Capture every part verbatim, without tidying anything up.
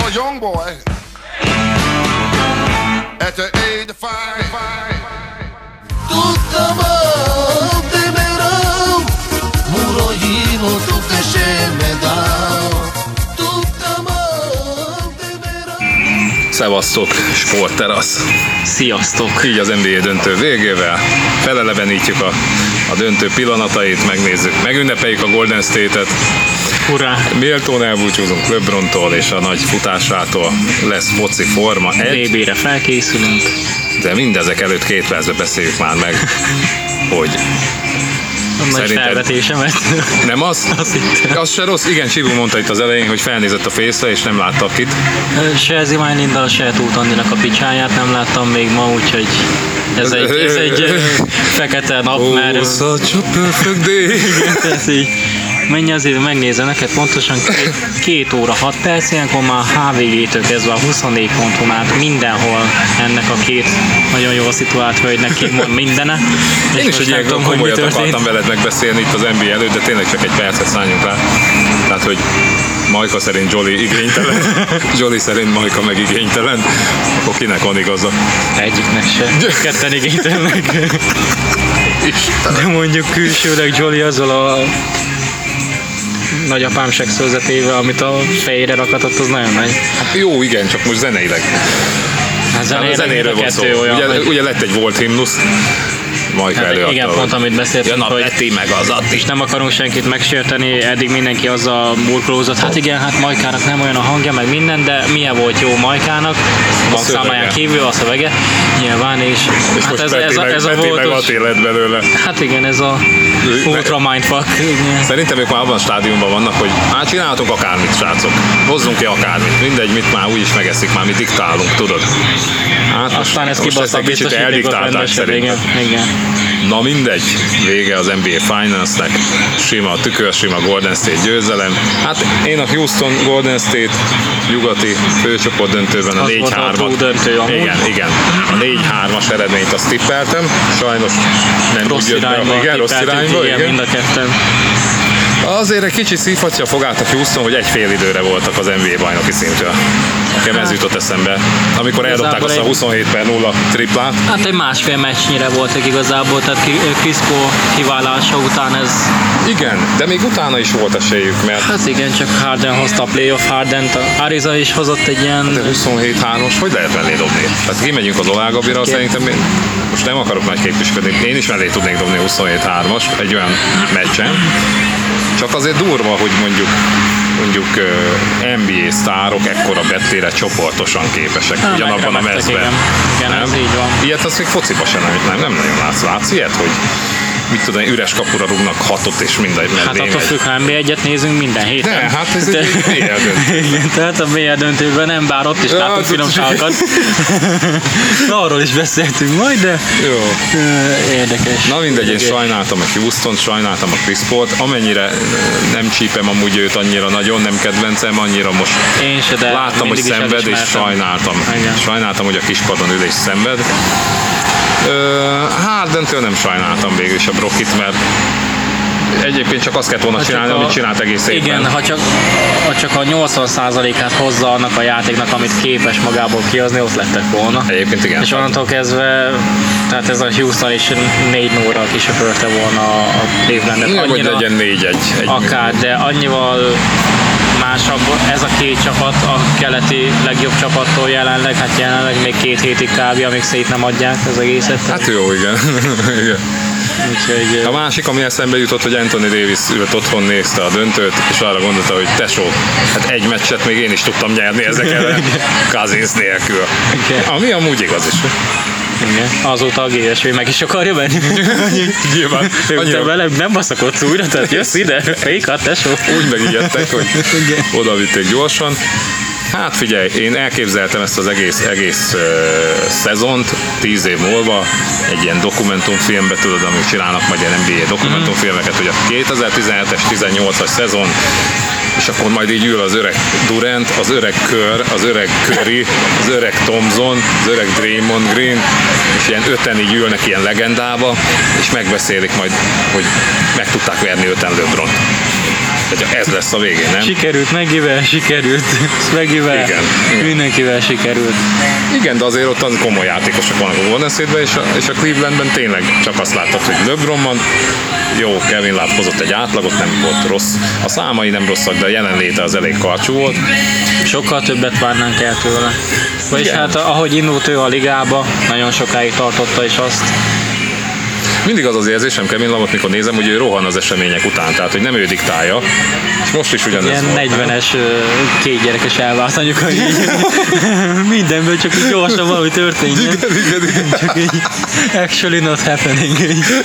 a young boy at the age of five. Tutta volte verrò, muro io tu che scende down. Tutta volte verrò. Szevasztok, sportterasz! Sziasztok! Így az en bé á döntő végével felelevenítjük a, a döntő pillanatait, megnézzük, megünnepeljük a Golden State-et. Hurrá! Méltón elbúcsúzunk LeBrontól és a nagy futásától, lesz foci forma egy. bé bé-re felkészülünk. De mindezek előtt két percben beszéljük már meg, hogy A nagy szerinted- felvetésemet. nem az? Azt hittem. Az se rossz, igen, Csibu mondta itt az elején, hogy felnézett a fészre és nem látta kit. Se Zimány Linda, se Tóth Andinak a picsáját nem láttam még ma, úgyhogy ez egy, ez egy ö, fekete nap, mert Oh, such a perfect day. ez így. Menj azért, megnézem neked pontosan két, két óra hat perc, ilyenkor már há vé gé-től kezdve a huszonnégy ponton át mindenhol ennek a két nagyon jól szituált hölgynek kimond mindene. Én is most egy nem ilyen tudom, hogy mi komolyat történt. akartam veled megbeszélni itt az en bé á előtt, de tényleg csak egy percet szálljunk rá. Tehát, hogy Majka szerint Jolly igénytelen, Jolly szerint Majka meg igénytelen, akkor kinek van igaza? Egyiknek se. Ketten igénytelenek. De mondjuk külsőleg Jolly azzal a nagyapám sekszőzetével, amit a fejére rakatott, az nagyon nagy. Hát jó, igen, csak most zeneileg. Hát Hát a zenéről van szó. olyan, Ugye, hogy- ugye lett egy volt himnusz, Majka Hát előadta. igen, pont amit beszéltünk, Jön a hogy Peti meg az Atti. és nem akarunk senkit megsérteni, eddig mindenki azzal burkolózott, hát igen, hát Majkának nem olyan a hangja, meg minden, de milyen volt jó Majkának, bankszámláján szövege. kívül a szövege, nyilván, és, És hát most ez, Peti ez, a, meg, ez a Peti meg voltos, Atti lett belőle. hát igen, ez a Ő- ultra mindfuck, igen. Szerintem ők már abban a stádiumban vannak, hogy hát csinálhatunk akármit, srácok. Hozzunk ki akármit. Mindegy, mit már úgyis megeszik, már mi diktálunk, tudod. Hát Aztán ez most ezt kibaszta egy kicsit biztosítékot eldiktálták rendesen, szerintem. igen, igen. Na mindegy, vége az en bé á Finance-nek, sima tükör, sima Golden State győzelem. Hát én a Houston Golden State nyugati főcsoport döntőben a Az négy volt a hármat. true döntő amúgy. Igen, igen. A négy hármas eredményt azt tippeltem, sajnos nem Rossz úgy jött be. irányba, Igen, rossz tippeltük, irányba, igen, igen. mind a ketten. Azért egy kicsit szívhatja fogát a Houston, hogy egy fél időre voltak az en bé á bajnoki szintől. Nekem ez jutott eszembe. Amikor eldobták Igazából azt a egy- huszonhét per nulla triplát. Hát egy másfél meccsnyire voltak igazából, tehát Crispo kiválása után ez, Igen, de még utána is volt esélyük, mert hát igen, csak Harden hozta a playoff Hardent, Ariza is hozott egy de ilyen, huszonhét hármas, hogy lehet mellé dobni? Tehát kimegyünk az Olá Gabira, Oké. szerintem én, most nem akarok nagy képviselni, én is mellé tudnék dobni huszonhét hármas egy olyan meccsen. Csak azért durva, hogy mondjuk mondjuk uh, en bé á sztárok ekkora bettére csoportosan képesek Hát, ugyanabban a megremegtek, mezben. igen. Igen, ez így van. Ilyet azt még fociba sem nem, nem, nem nagyon látsz. Látsz ilyet, hogy mit tudom, üres kapura rúgnak hatot és minden mellé Hát attól megy. függ, ha en bé egyet nézünk minden héten. De, hát ez egy De- bé á döntő. Igen, tehát a bé á döntőben nem, bár ott is Ja, látunk az- finomságokat. Arról is beszéltünk majd, de Jó. ö, érdekes. Na mindegy, én Érdekes. sajnáltam a Houston, sajnáltam a Chris Paul-t, amennyire nem csípem amúgy őt annyira nagyon, nem kedvencem, annyira most Én se, de láttam, hogy mindig is szenved, és elismertem. sajnáltam. Igen. Sajnáltam, hogy a kispadon ül és szenved. Ö, Hardentől nem sajnáltam végül is a Brokit, mert egyébként csak azt kellett volna Ha csak csinálni, a- amit csinált egész évben. Igen, ha csak, ha csak a nyolcvan százalékát hozza annak a játéknak, amit képes magából kihozni, ott lettek volna. Egyébként igen. És onnantól kezdve, tehát ez a Houston is négy nulla kisöpörte volna a Clevelandet. Nem, hogy legyen négy egy. egy akár, de annyival másabb ez a két csapat, a keleti legjobb csapattól jelenleg, hát jelenleg még két hétig kb. Amíg szét nem adják az egészet. Hát jó, igen. igen. Úgyhogy, A másik, ami eszembe jutott, hogy Anthony Davis ült otthon, nézte a döntőt, és arra gondolta, hogy tesó, hát egy meccset még én is tudtam nyerni ezek ellen, Cousins nélkül. Igen. Ami amúgy igaz is. igen. Azóta a gé es vé meg is akarja venni. Nyilván. Ő te Annyira vele nem baszakodsz újra, tehát jössz ide, fékat, tesó. úgy megijedtek, hogy Igen. oda vitték gyorsan. Hát figyelj, én elképzeltem ezt az egész, egész uh, szezont, tíz év múlva, egy ilyen dokumentumfilmbe, tudod, amik csinálnak majd ilyen en bé á dokumentumfilmeket, hogy a kétezer-tizenhetes tizennyolcas szezon, és akkor majd így ül az öreg Durant, az öreg Kör, az öreg Curry, az öreg Thompson, az öreg Draymond Green, és ilyen öten így ülnek ilyen legendába, és megbeszélik majd, hogy meg tudták verni öten LeBront. Tehát ez lesz a végén, nem? Sikerült, Meggivel sikerült, Meggivel, Igen, igen. mindenkivel sikerült. Igen, de azért ott az komoly játékosok vannak a Golden State-ben, és a, és a Clevelandben tényleg csak azt láttad, hogy LeBron van, jó, Kevin Love hozott egy átlagot, nem volt rossz. A számai nem rosszak, de a jelenléte az elég karcsú volt. Sokkal többet várnánk el tőle. Vagyis Igen. hát ahogy indult ő a ligába, nagyon sokáig tartotta is azt. Mindig az az érzésem Kevin Love-ot, mikor nézem, hogy ő rohan az események után, tehát hogy nem ő diktálja, és most is ugyanez Ilyen volt. negyvenes két gyerekes elváltanyuk, hogy így mindenből csak így gyorsan valami történjen. Igen, igen, igen. Csak így actually not happening.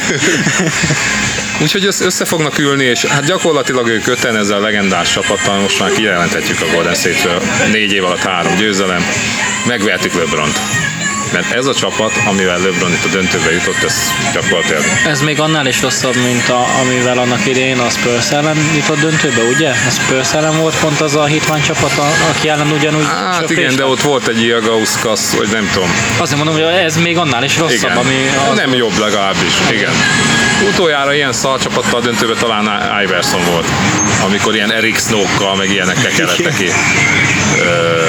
Úgyhogy össze, össze fognak ülni, és hát gyakorlatilag ők öten ezzel a legendás csapattal, most már kijelenthetjük a Golden State-ről, négy év alatt három győzelem, megvertük LeBront. Mert ez a csapat, amivel LeBron itt a döntőbe jutott, ez gyakorlatilag... Ez még annál is rosszabb, mint a, amivel annak idején a Spurs ellen jutott döntőbe, ugye? A Spurs ellen volt pont az a hitvány csapat, a- aki ellen ugyanúgy Hát csöpés igen, de lett. ott volt egy Iagauskas, hogy nem tudom. Azért mondom, hogy ez még annál is rosszabb, Igen, ami az nem jobb legalábbis, igen. Utoljára ilyen szarcsapattal döntőbe talán Iverson volt, amikor ilyen Eric Snow-kkal, meg ilyenekkel kellett neki ö,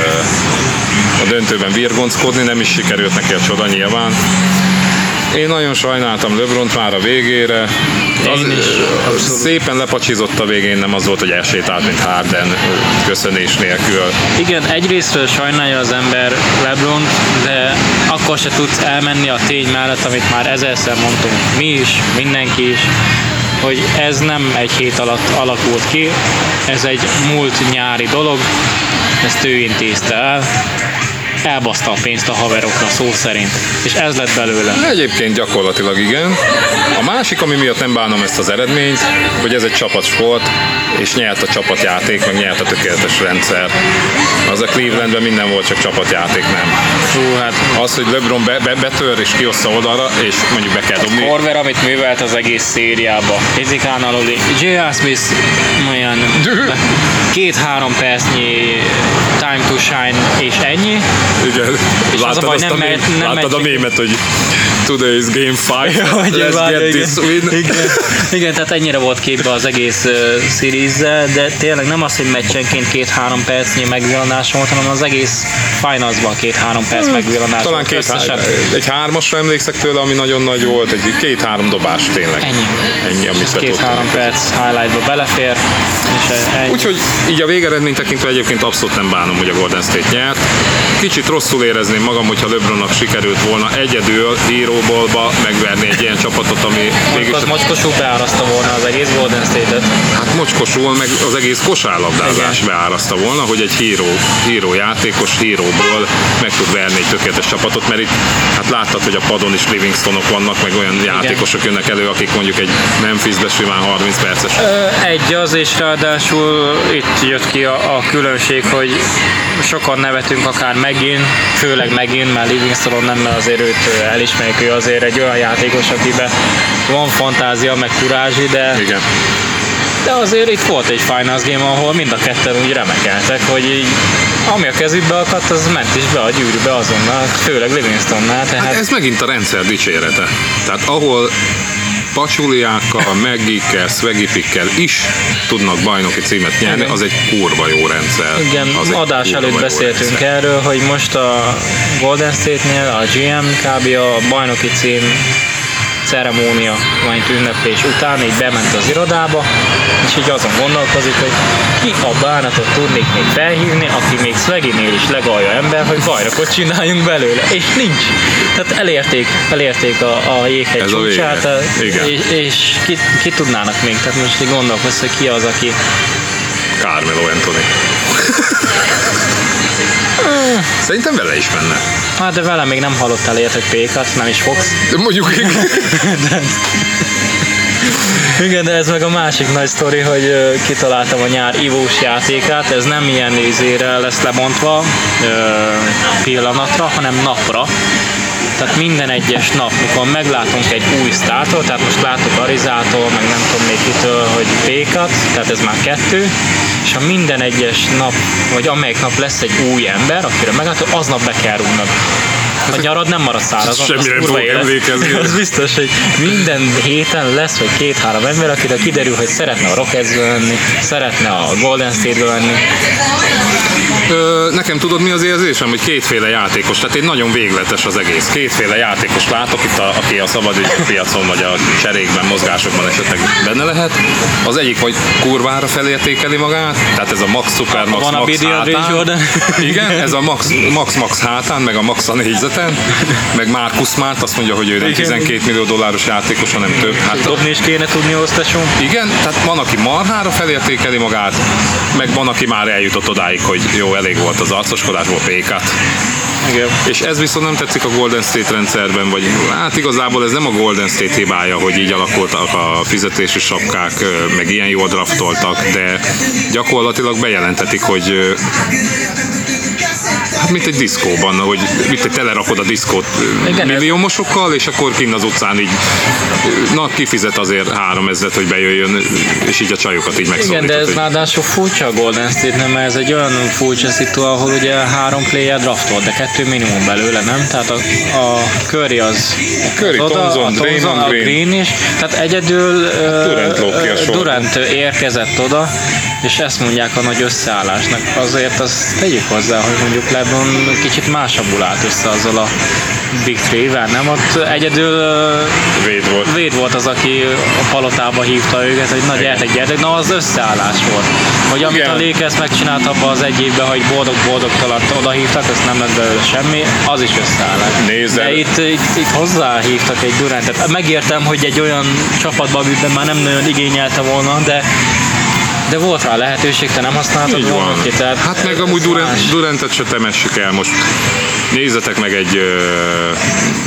a döntőben virgonckodni, nem is sikerült neki a csoda nyilván. Én nagyon sajnáltam LeBront már a végére. Az, Én is, abszolút. szépen lepacsizott a végén, nem az volt, hogy elsétált, mint Harden köszönés nélkül. Igen, egyrésztről sajnálja az ember LeBront, de akkor se tudsz elmenni a tény mellett, amit már ezerszer mondtunk mi is, mindenki is, hogy ez nem egy hét alatt alakult ki, ez egy múlt nyári dolog, ezt ő intézte el, elbaszta a pénzt a haverokra szó szerint, és ez lett belőle. Egyébként gyakorlatilag igen. A másik, ami miatt nem bánom ezt az eredményt, hogy ez egy csapatsport, és nyert a csapatjáték, meg nyert a tökéletes rendszer. Az a Clevelandben minden volt, csak csapatjáték nem. Hú, hát Az, hogy LeBron be, be, betör és kiossza oldalra, és mondjuk be kell dobni. Korver, amit művelt az egész szériába. Fizikán aluli. J R. Smith olyan két-három percnyi time to shine és ennyi. Igen. És az a Láttad, baj, azt nem a, mém, megy- nem láttad a megy- mémet, hogy today's game five, Hogy let's várja, get igen. this win. Igen. Igen, tehát ennyire volt képbe az egész uh, series-zel, de tényleg nem az, hogy meccsenként két-három percnyi megvillanás volt, hanem az egész finalsban két-három perc megvillanás Talán volt. két, Összesen. egy hármasra emlékszek tőle, ami nagyon nagy volt, egy két-három dobás tényleg. Ennyi. Ennyi, amit be Két-három tudtunk. perc highlightba belefér, és ennyi. Úgyhogy így a végeredmény tekintve egyébként abszolút nem bánom, hogy a Golden State nyert. Kicsit rosszul érezném magam, hogyha LeBronnak sikerült volna egyedül Hero Ballba megverni egy ilyen csapatot, ami mégis... az mocskosul beáraszta volna az egész Golden State-et. Hát mocskosul, meg az egész kosárlabdázás beáraszta volna, hogy egy hero, hero játékos híróból meg tud verni egy tökéletes csapatot, mert itt hát láttad, hogy a padon is Livingstonok vannak, meg olyan játékosok jönnek elő, akik mondjuk egy Memphisbe simán harminc perces. Ö, Egy az, és ráadásul itt jött ki a, a különbség, hogy sokan nevetünk akár megint, főleg megint, mert Livingstonon nem, mert azért őt elismerjük, ő azért egy olyan játékos, akiben van fantázia, meg kurázsi, de, Igen. de azért itt volt egy finals game, ahol mind a ketten úgy remekeltek, hogy így, ami a kezükbe akadt, az ment is be a gyűrűbe azonnal, főleg Livingstonnál, tehát Hát ez megint a rendszer dicsérete. Tehát ahol Pacsuliákkal, Meggikkel, Swagipikkel is tudnak bajnoki címet nyerni, Igen. az egy kurva jó rendszer. igen, az egy adás kurva előtt jó beszéltünk rendszer. erről, hogy most a Golden State-nél a gé em kb. A bajnoki cím ceremónia, majd ünneplés után így bement az irodába, és így azon gondolkozik, hogy ki a bánatot tudnék még felhívni, aki még Swaggynél is legalja ember, hogy bajnokot csináljunk belőle. És nincs. Tehát elérték, elérték a, a jéghegy Ez a vége. csúcsát, a- Igen. és, és ki, ki tudnának még. Tehát most így gondolkozz, hogy ki az, aki Carmelo Anthony. Szerintem vele is menne. hát de vele még nem hallottál értek pékat, nem is fogsz. De mondjuk de, igen, de ez meg a másik nagy sztori, hogy ö, kitaláltam a nyár ivós játékát, ez nem ilyen nézére lesz lebontva ö, pillanatra, hanem napra. Tehát minden egyes nap, mikor meglátunk egy új sztártól, tehát most látok Arizától, meg nem tudom még kitől, hogy pékat, tehát ez már kettő, és ha minden egyes nap, vagy amelyik nap lesz egy új ember, akire meglátok, aznap be kell rúgnod. A nyarad nem marad szárazon. Semmire nem kurva fogok élet. emlékezni. Az biztos, hogy minden héten lesz, hogy két-három ember, akire kiderül, hogy szeretne a Rocketsből lenni, szeretne a Golden State-ből lenni. Ö, nekem tudod mi az érzésem, hogy kétféle játékos, tehát egy nagyon végletes az egész. Kétféle játékos látok itt, a, aki a szabad piacon vagy a cserékben, mozgásokban esetleg benne lehet. Az egyik, hogy kurvára felértékeli magát, tehát ez a max, super, max, Van a max hátán. Jordan. Igen, ez a max, max, max hátán, meg a max a négyzeten, meg Marcus Smart azt mondja, hogy ő nem tizenkét millió dolláros játékos, hanem több. Hát, Dobni is kéne tudni, osztasom. igen, tehát van, aki marhára felértékeli magát, meg van, aki már eljutott odáig, hogy jó, elég volt az arcoskodásból pékát. Igen. És ez viszont nem tetszik a Golden State rendszerben, vagy hát igazából ez nem a Golden State hibája, hogy így alakultak a fizetési sapkák, meg ilyen jól draftoltak, de gyakorlatilag bejelentetik, hogy hát mint egy diszkóban, hogy mit telerakod a diszkót Igen, milliómosokkal, és akkor kinn az utcán így, na kifizet azért háromezret, hogy bejöjjön, és így a csajokat így megszólítod. Igen, de ez hogy... ráadásul furcsa a Golden State, nem? Mert ez egy olyan furcsa szitu, ahol ugye három player draftol, de kettő minimum belőle, nem? Tehát a, a Curry az Curry, az oda, Thompson, a Draymond a Green. Green is, tehát egyedül Durant lóg ki a uh, sorban. Durant érkezett oda, és ezt mondják a nagy összeállásnak. Azért azt tegyük hozzá, hogy mondjuk LeBron kicsit másabbul állt össze azzal a Big Three-vel, nem? Ott egyedül uh, Véd volt. Véd volt az, aki a palotába hívta őket, hogy na gyertek, gyertek, na az összeállás volt. Hogy amit Igen. a Lakers megcsinált abban az egy évben, hogy boldog-boldogtalan oda hívtak, azt nem lett belőle semmi, az is összeállás. Nézd el. De itt, itt, itt hozzáhívtak egy Durantet. Megértem, hogy egy olyan csapatban, amiben már nem nagyon igényelte volna, de de volt rá lehetőség, te nem használtad Így volna van. ki, tehát Hát meg amúgy ez Durant, más. Durantet se temessük el most. Nézzetek meg egy uh,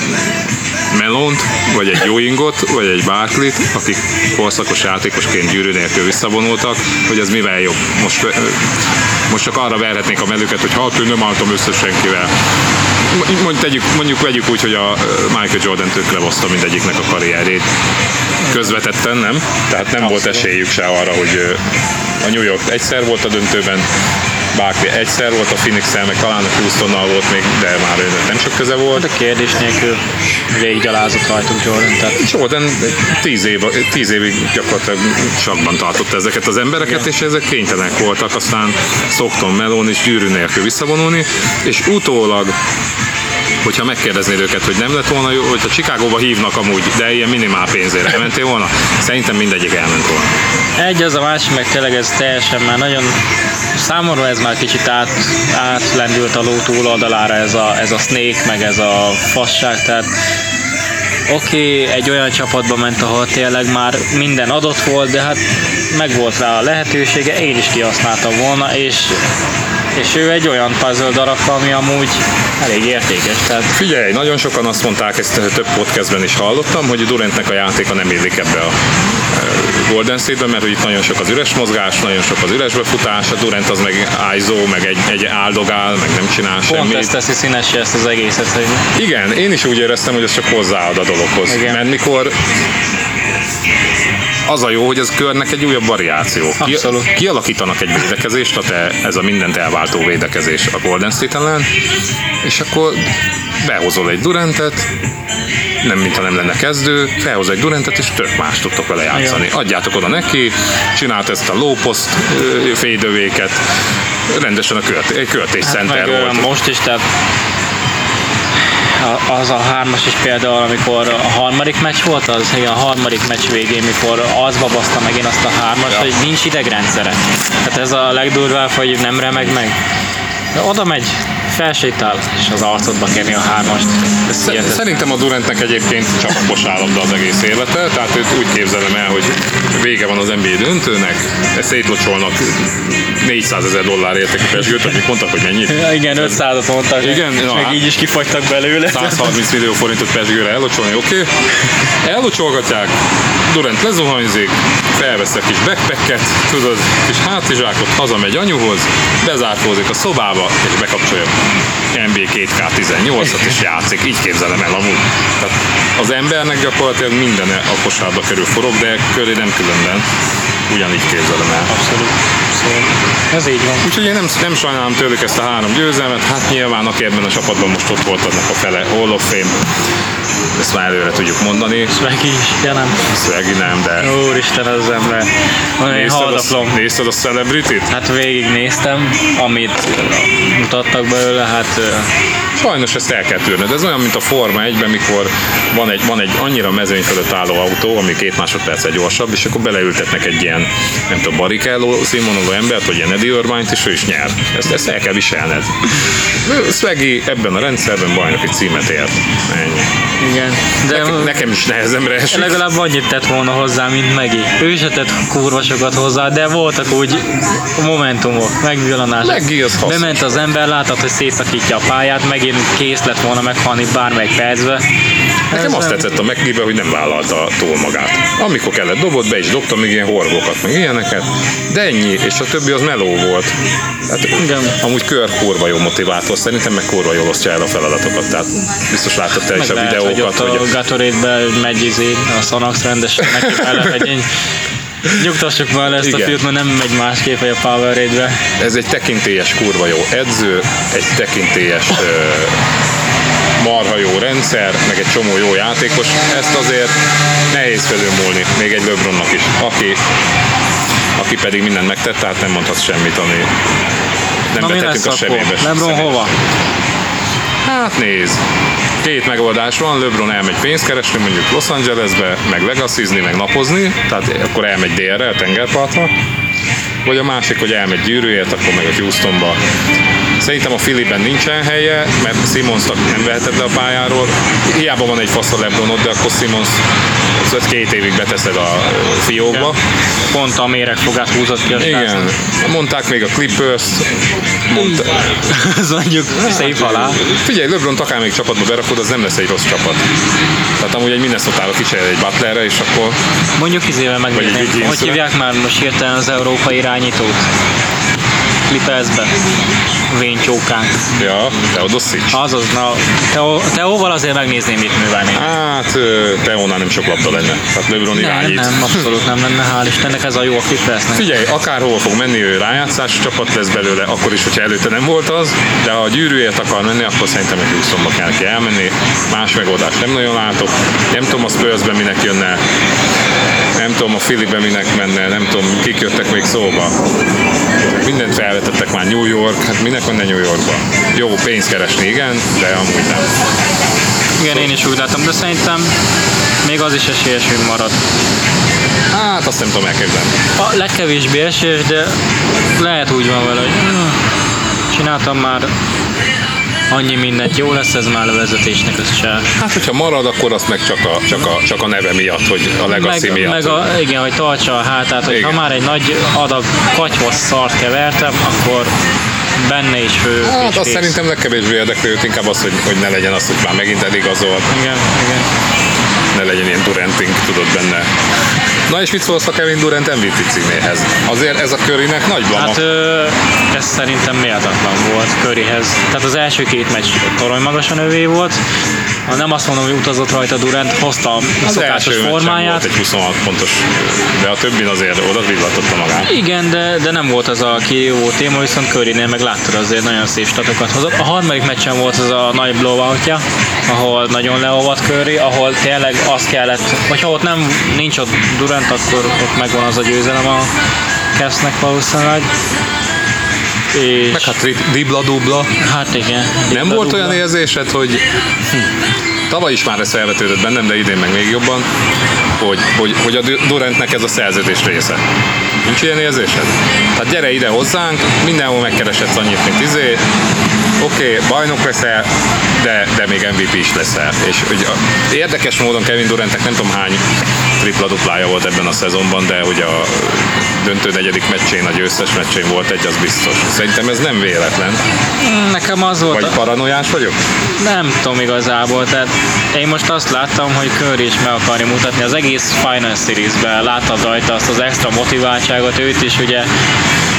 Melont, vagy egy Ewingot, vagy egy Barkleyt, akik korszakos játékosként gyűrű nélkül visszavonultak, hogy ez mivel jobb. Most, uh, most csak arra verhetnék a melüket, hogy hát, én nem álltam össze senkivel. Mondjuk, tegyük, mondjuk vegyük úgy, hogy a Michael Jordan tökre hozta mindegyiknek a karrierét. Közvetetten, nem? Tehát nem volt esélyük se arra, hogy a New York egyszer volt a döntőben, Barkley egyszer volt a Phoenix-el, meg talán a Houstonnal volt még, de már őnek nem sok köze volt. De kérdés nélkül végiggyalázott rajtuk Jordan, tehát Jordan tíz, év, tíz évig gyakorlatilag sakban tartotta ezeket az embereket, és ezek kénytelenek voltak, aztán Stockton, Malone is gyűrű nélkül visszavonulni, és utólag hogyha megkérdeznéd őket, hogy nem lett volna jó, hogyha Chicagóba hívnak amúgy, de ilyen minimál pénzért elmentél volna, szerintem mindegyik elment volna. egy az a másik, meg tényleg ez teljesen már nagyon, számomra ez már kicsit át, átlendült a ló túloldalára ez a, ez a snake, meg ez a fasság, tehát oké, okay, egy olyan csapatba ment, ahol tényleg már minden adott volt, de hát meg volt rá a lehetősége, én is kihasználtam volna, és és ő egy olyan puzzle darab, ami amúgy elég értékes. Tehát... Figyelj, nagyon sokan azt mondták, ezt több podcastben is hallottam, hogy Durantnek a játéka nem illik ebbe a Golden State-ben, mert hogy itt nagyon sok az üres mozgás, nagyon sok az üres befutás, a Durant az meg I S O, meg egy, egy áldogál, meg nem csinál Pont semmit. Pont ezt teszi színessé ezt az egészet, hogy... Igen, én is úgy éreztem, hogy ez csak hozzáad a dologhoz. Igen. Mert mikor az a jó, hogy ez körnek egy újabb variáció. Ki, Abszolút. kialakítanak egy védekezést, a te, ez a mindent elváltó védekezés a Golden State ellen, és akkor behozol egy Durantet, nem mintha nem lenne kezdő, felhoz egy Durantet, és tök más tudtok vele játszani. Igen. Adjátok oda neki, csinált ezt a low post fédővéket, rendesen a kört, egy körtés Hát center meg volt. most is, tehát az a hármas is például, amikor a harmadik meccs volt, az igen, a harmadik meccs végén, mikor az babaszta megint azt a hármas, ja. hogy nincs idegrendszere. Tehát ez a legdurvább, hogy nem remeg meg. De oda megy, felsétál, és az arcodba kenni a hármast. Sz- Szerintem a Durantnek egyébként csak a kosárlabda az egész élete, tehát őt úgy képzelem el, hogy vége van az N B A döntőnek, ezt szétlocsolnak négyszázezer dollár értékű pesgőt, akik mondtak, hogy mennyit. Igen, ötszázat mondtak, Igen, és na, meg hát- így is kifagytak belőle. százharminc millió forintot pesgőre ellocsolni, oké? Okay. Ellocsolgatják, Durant lezuhanyzik, felvesz egy kis backpacket, tudod, kis hátizsákot, hazamegy anyuhoz, bezárkózik a szobába, és bekapcsolja N B A két K tizennyolcat, és játszik. Így képzelem el amúgy. Tehát az embernek gyakorlatilag minden a kosárba kerül forog, de köré nem különben. Ugyanígy képzelem el. Abszolút. abszolút. Ez így van. Úgyhogy én nem, nem sajnálom tőlük ezt a három győzelmet, hát nyilván aki ebben a csapatban most ott volt, annak a fele Hall of Fame. Ezt már előre tudjuk mondani. Swaggy is, ja nem. Swaggy nem, de... Úristen, az ember. Én haldoklom. Nézted a Celebrity-t? Hát végignéztem, amit mutattak belőle, hát... Sajnos ezt el kell tűrned. Ez olyan, mint a Forma egyben, mikor van egy, van egy annyira mezőny fölött álló autó, ami két másodperccel gyorsabb, és akkor beleültetnek egy ilyen, nem tudom, Barrichello színvonalú embert, vagy ilyen Eddie Irvine-t, és ő is nyer. Ezt, ezt el kell viselned. Swaggy ebben a rendszerben bajnoki címet ért. Ennyi. Igen. De nekem, nekem is nehezemre esik. Legalább annyit tett volna hozzá, mint Megi. Ő se tett kurva sokat hozzá, de voltak úgy momentumok, megvillanások. Megi az hasz. Bement az ember, láttad, hogy szétszakítja a pályát, megint kész lett volna meghalni bármelyik percbe. Nekem azt tetszett a Megibe, hogy nem vállalta túl magát. Amikor kellett dobott, be is dobta még ilyen horgokat, meg ilyeneket, de ennyi, és a többi az meló volt. Hát, igen. Amúgy Kör kurva jó motivátor, szerintem meg kurva jól osztja el a feladatokat, tehát biztos láttad te is a lehet, videókat. Hogy ott a Gatorade-be megy izé, a Sonax rendesen neki belemegy. Nyugtassuk már ezt igen. A fiút, mert nem megy másképp, hogy a Powerade-be. Ez egy tekintélyes kurva jó edző, egy tekintélyes uh, marha jó rendszer, meg egy csomó jó játékos. Ezt azért nehéz felülmúlni, még egy LeBronnak is, aki, aki pedig mindent megtett, tehát nem mondhat semmit, ami nem na, betettünk a sebébe. LeBron hova? Hát nézd, két megoldás van, LeBron elmegy pénzt keresni, mondjuk Los Angelesbe, meg legaszizni, meg napozni, tehát akkor elmegy délre, a tengerpartra, vagy a másik, hogy elmegy gyűrűért, akkor meg a Houstonba. Szerintem a Phillyben nincsen helye, mert Simmonsnak nem veheted le a pályáról. Hiába van egy fasz a LeBronod, de akkor Simmons két évig beteszed a fiókba. Pont a méregfogát húzott ki a igen. Mondták még a Clippers. Mondta... Ez mondjuk szép alá. Figyelj, LeBron akár még csapatba berakod, az nem lesz egy rossz csapat. Tehát amúgy egy Minnesota-ra kicserél egy Butlerre, és akkor... Mondjuk izével megnézném. Hogy hívják már most hirtelen az európai irányítót? Clippersbe. Vénycsókánk. Ja, Teodosic. Azaz, na, Teo, Teóval azért megnézném, mit művelni. Hát, Teónál nem sok labda lenne. Tehát LeBron irányít. Nem, nem, abszolút nem lenne, hál' Istennek, ez a jó a Clippersnek. Figyelj, akárhova fog menni, ő rájátszás csapat lesz belőle, akkor is, hogyha előtte nem volt az, de ha a gyűrűért akar menni, akkor szerintem egy Houstonba kell neki elmenni. Más megoldást nem nagyon látok. Nem tudom a Spursben minek jönne, nem tudom a Phillyben minek menne, nem tudom, kik jöttek még szóba. Mindent felvetettek már New York, hát minek menne New Yorkba? Jó, pénzt keresni, igen, de amúgy nem. Igen, én is úgy látom, de szerintem még az is esélyes, hogy marad. Hát azt nem tudom elképzelni. A legkevésbé esélyes, de lehet úgy van vele, hogy csináltam már annyi mindent, jó lesz ez már a vezetésnek, ez se. Hát, hogyha marad, akkor azt meg csak a, csak a, csak a neve miatt, hogy a legacy meg, miatt. Meg a, igen, hogy tartsa a hátát, hogy igen. Ha már egy nagy adag katyvas szart kevertem, akkor benne is fő. Hát azt szerintem legkevésbé érdekli őt, inkább az, hogy, hogy ne legyen az, hogy már megint eligazol. Igen, igen. Ne legyen ilyen Duranting, tudod benne. Na és mit szólsz a Kevin Durant em vé pé címéhez? Azért ez a Currynek nagy blama. Hát ö, ez szerintem méltatlan volt Curryhez. Tehát az első két meccs torony magasan övé volt. Nem azt mondom, hogy utazott rajta Durant, hozta a az szokásos formáját. Volt egy huszonhat pontos, de a többin azért oda villatotta magát. Igen, de, de nem volt az a kirívó téma, viszont Currynél meg láttad azért nagyon szép statokat hozott. A harmadik meccsen volt az a nagy blowoutja, ahol nagyon leolvadt Curry, ahol tényleg azt kellett, vagy ha ott nem nincs ott Durant, akkor ott megvan az a győzelem a Cavsnek valószínűleg. És meg hát dibla-dubla. Hát igen. Dibla, nem volt dubla. Olyan érzésed, hogy hm, tavaly is már ez felvetődött bennem, de idén meg még jobban, hogy, hogy, hogy a Durantnek ez a szerződés része. Nincs ilyen érzésed? Tehát gyere ide hozzánk, mindenhol megkeresedsz annyit, mint izé, oké, okay, bajnok leszel, de, de még em vé pé is leszel. És hogy érdekes módon Kevin Durantnek nem tudom hány tripla-duplája volt ebben a szezonban, de hogy a döntő negyedik meccsén, a győztes meccsén volt egy, az biztos. Szerintem ez nem véletlen. Nekem az volt... Vagy a... paranoiás vagyok? Nem tudom igazából, tehát én most azt láttam, hogy Curry is meg akarja mutatni az egész Final Series-ben, láttad rajta azt az extra motiváltságot, őt is ugye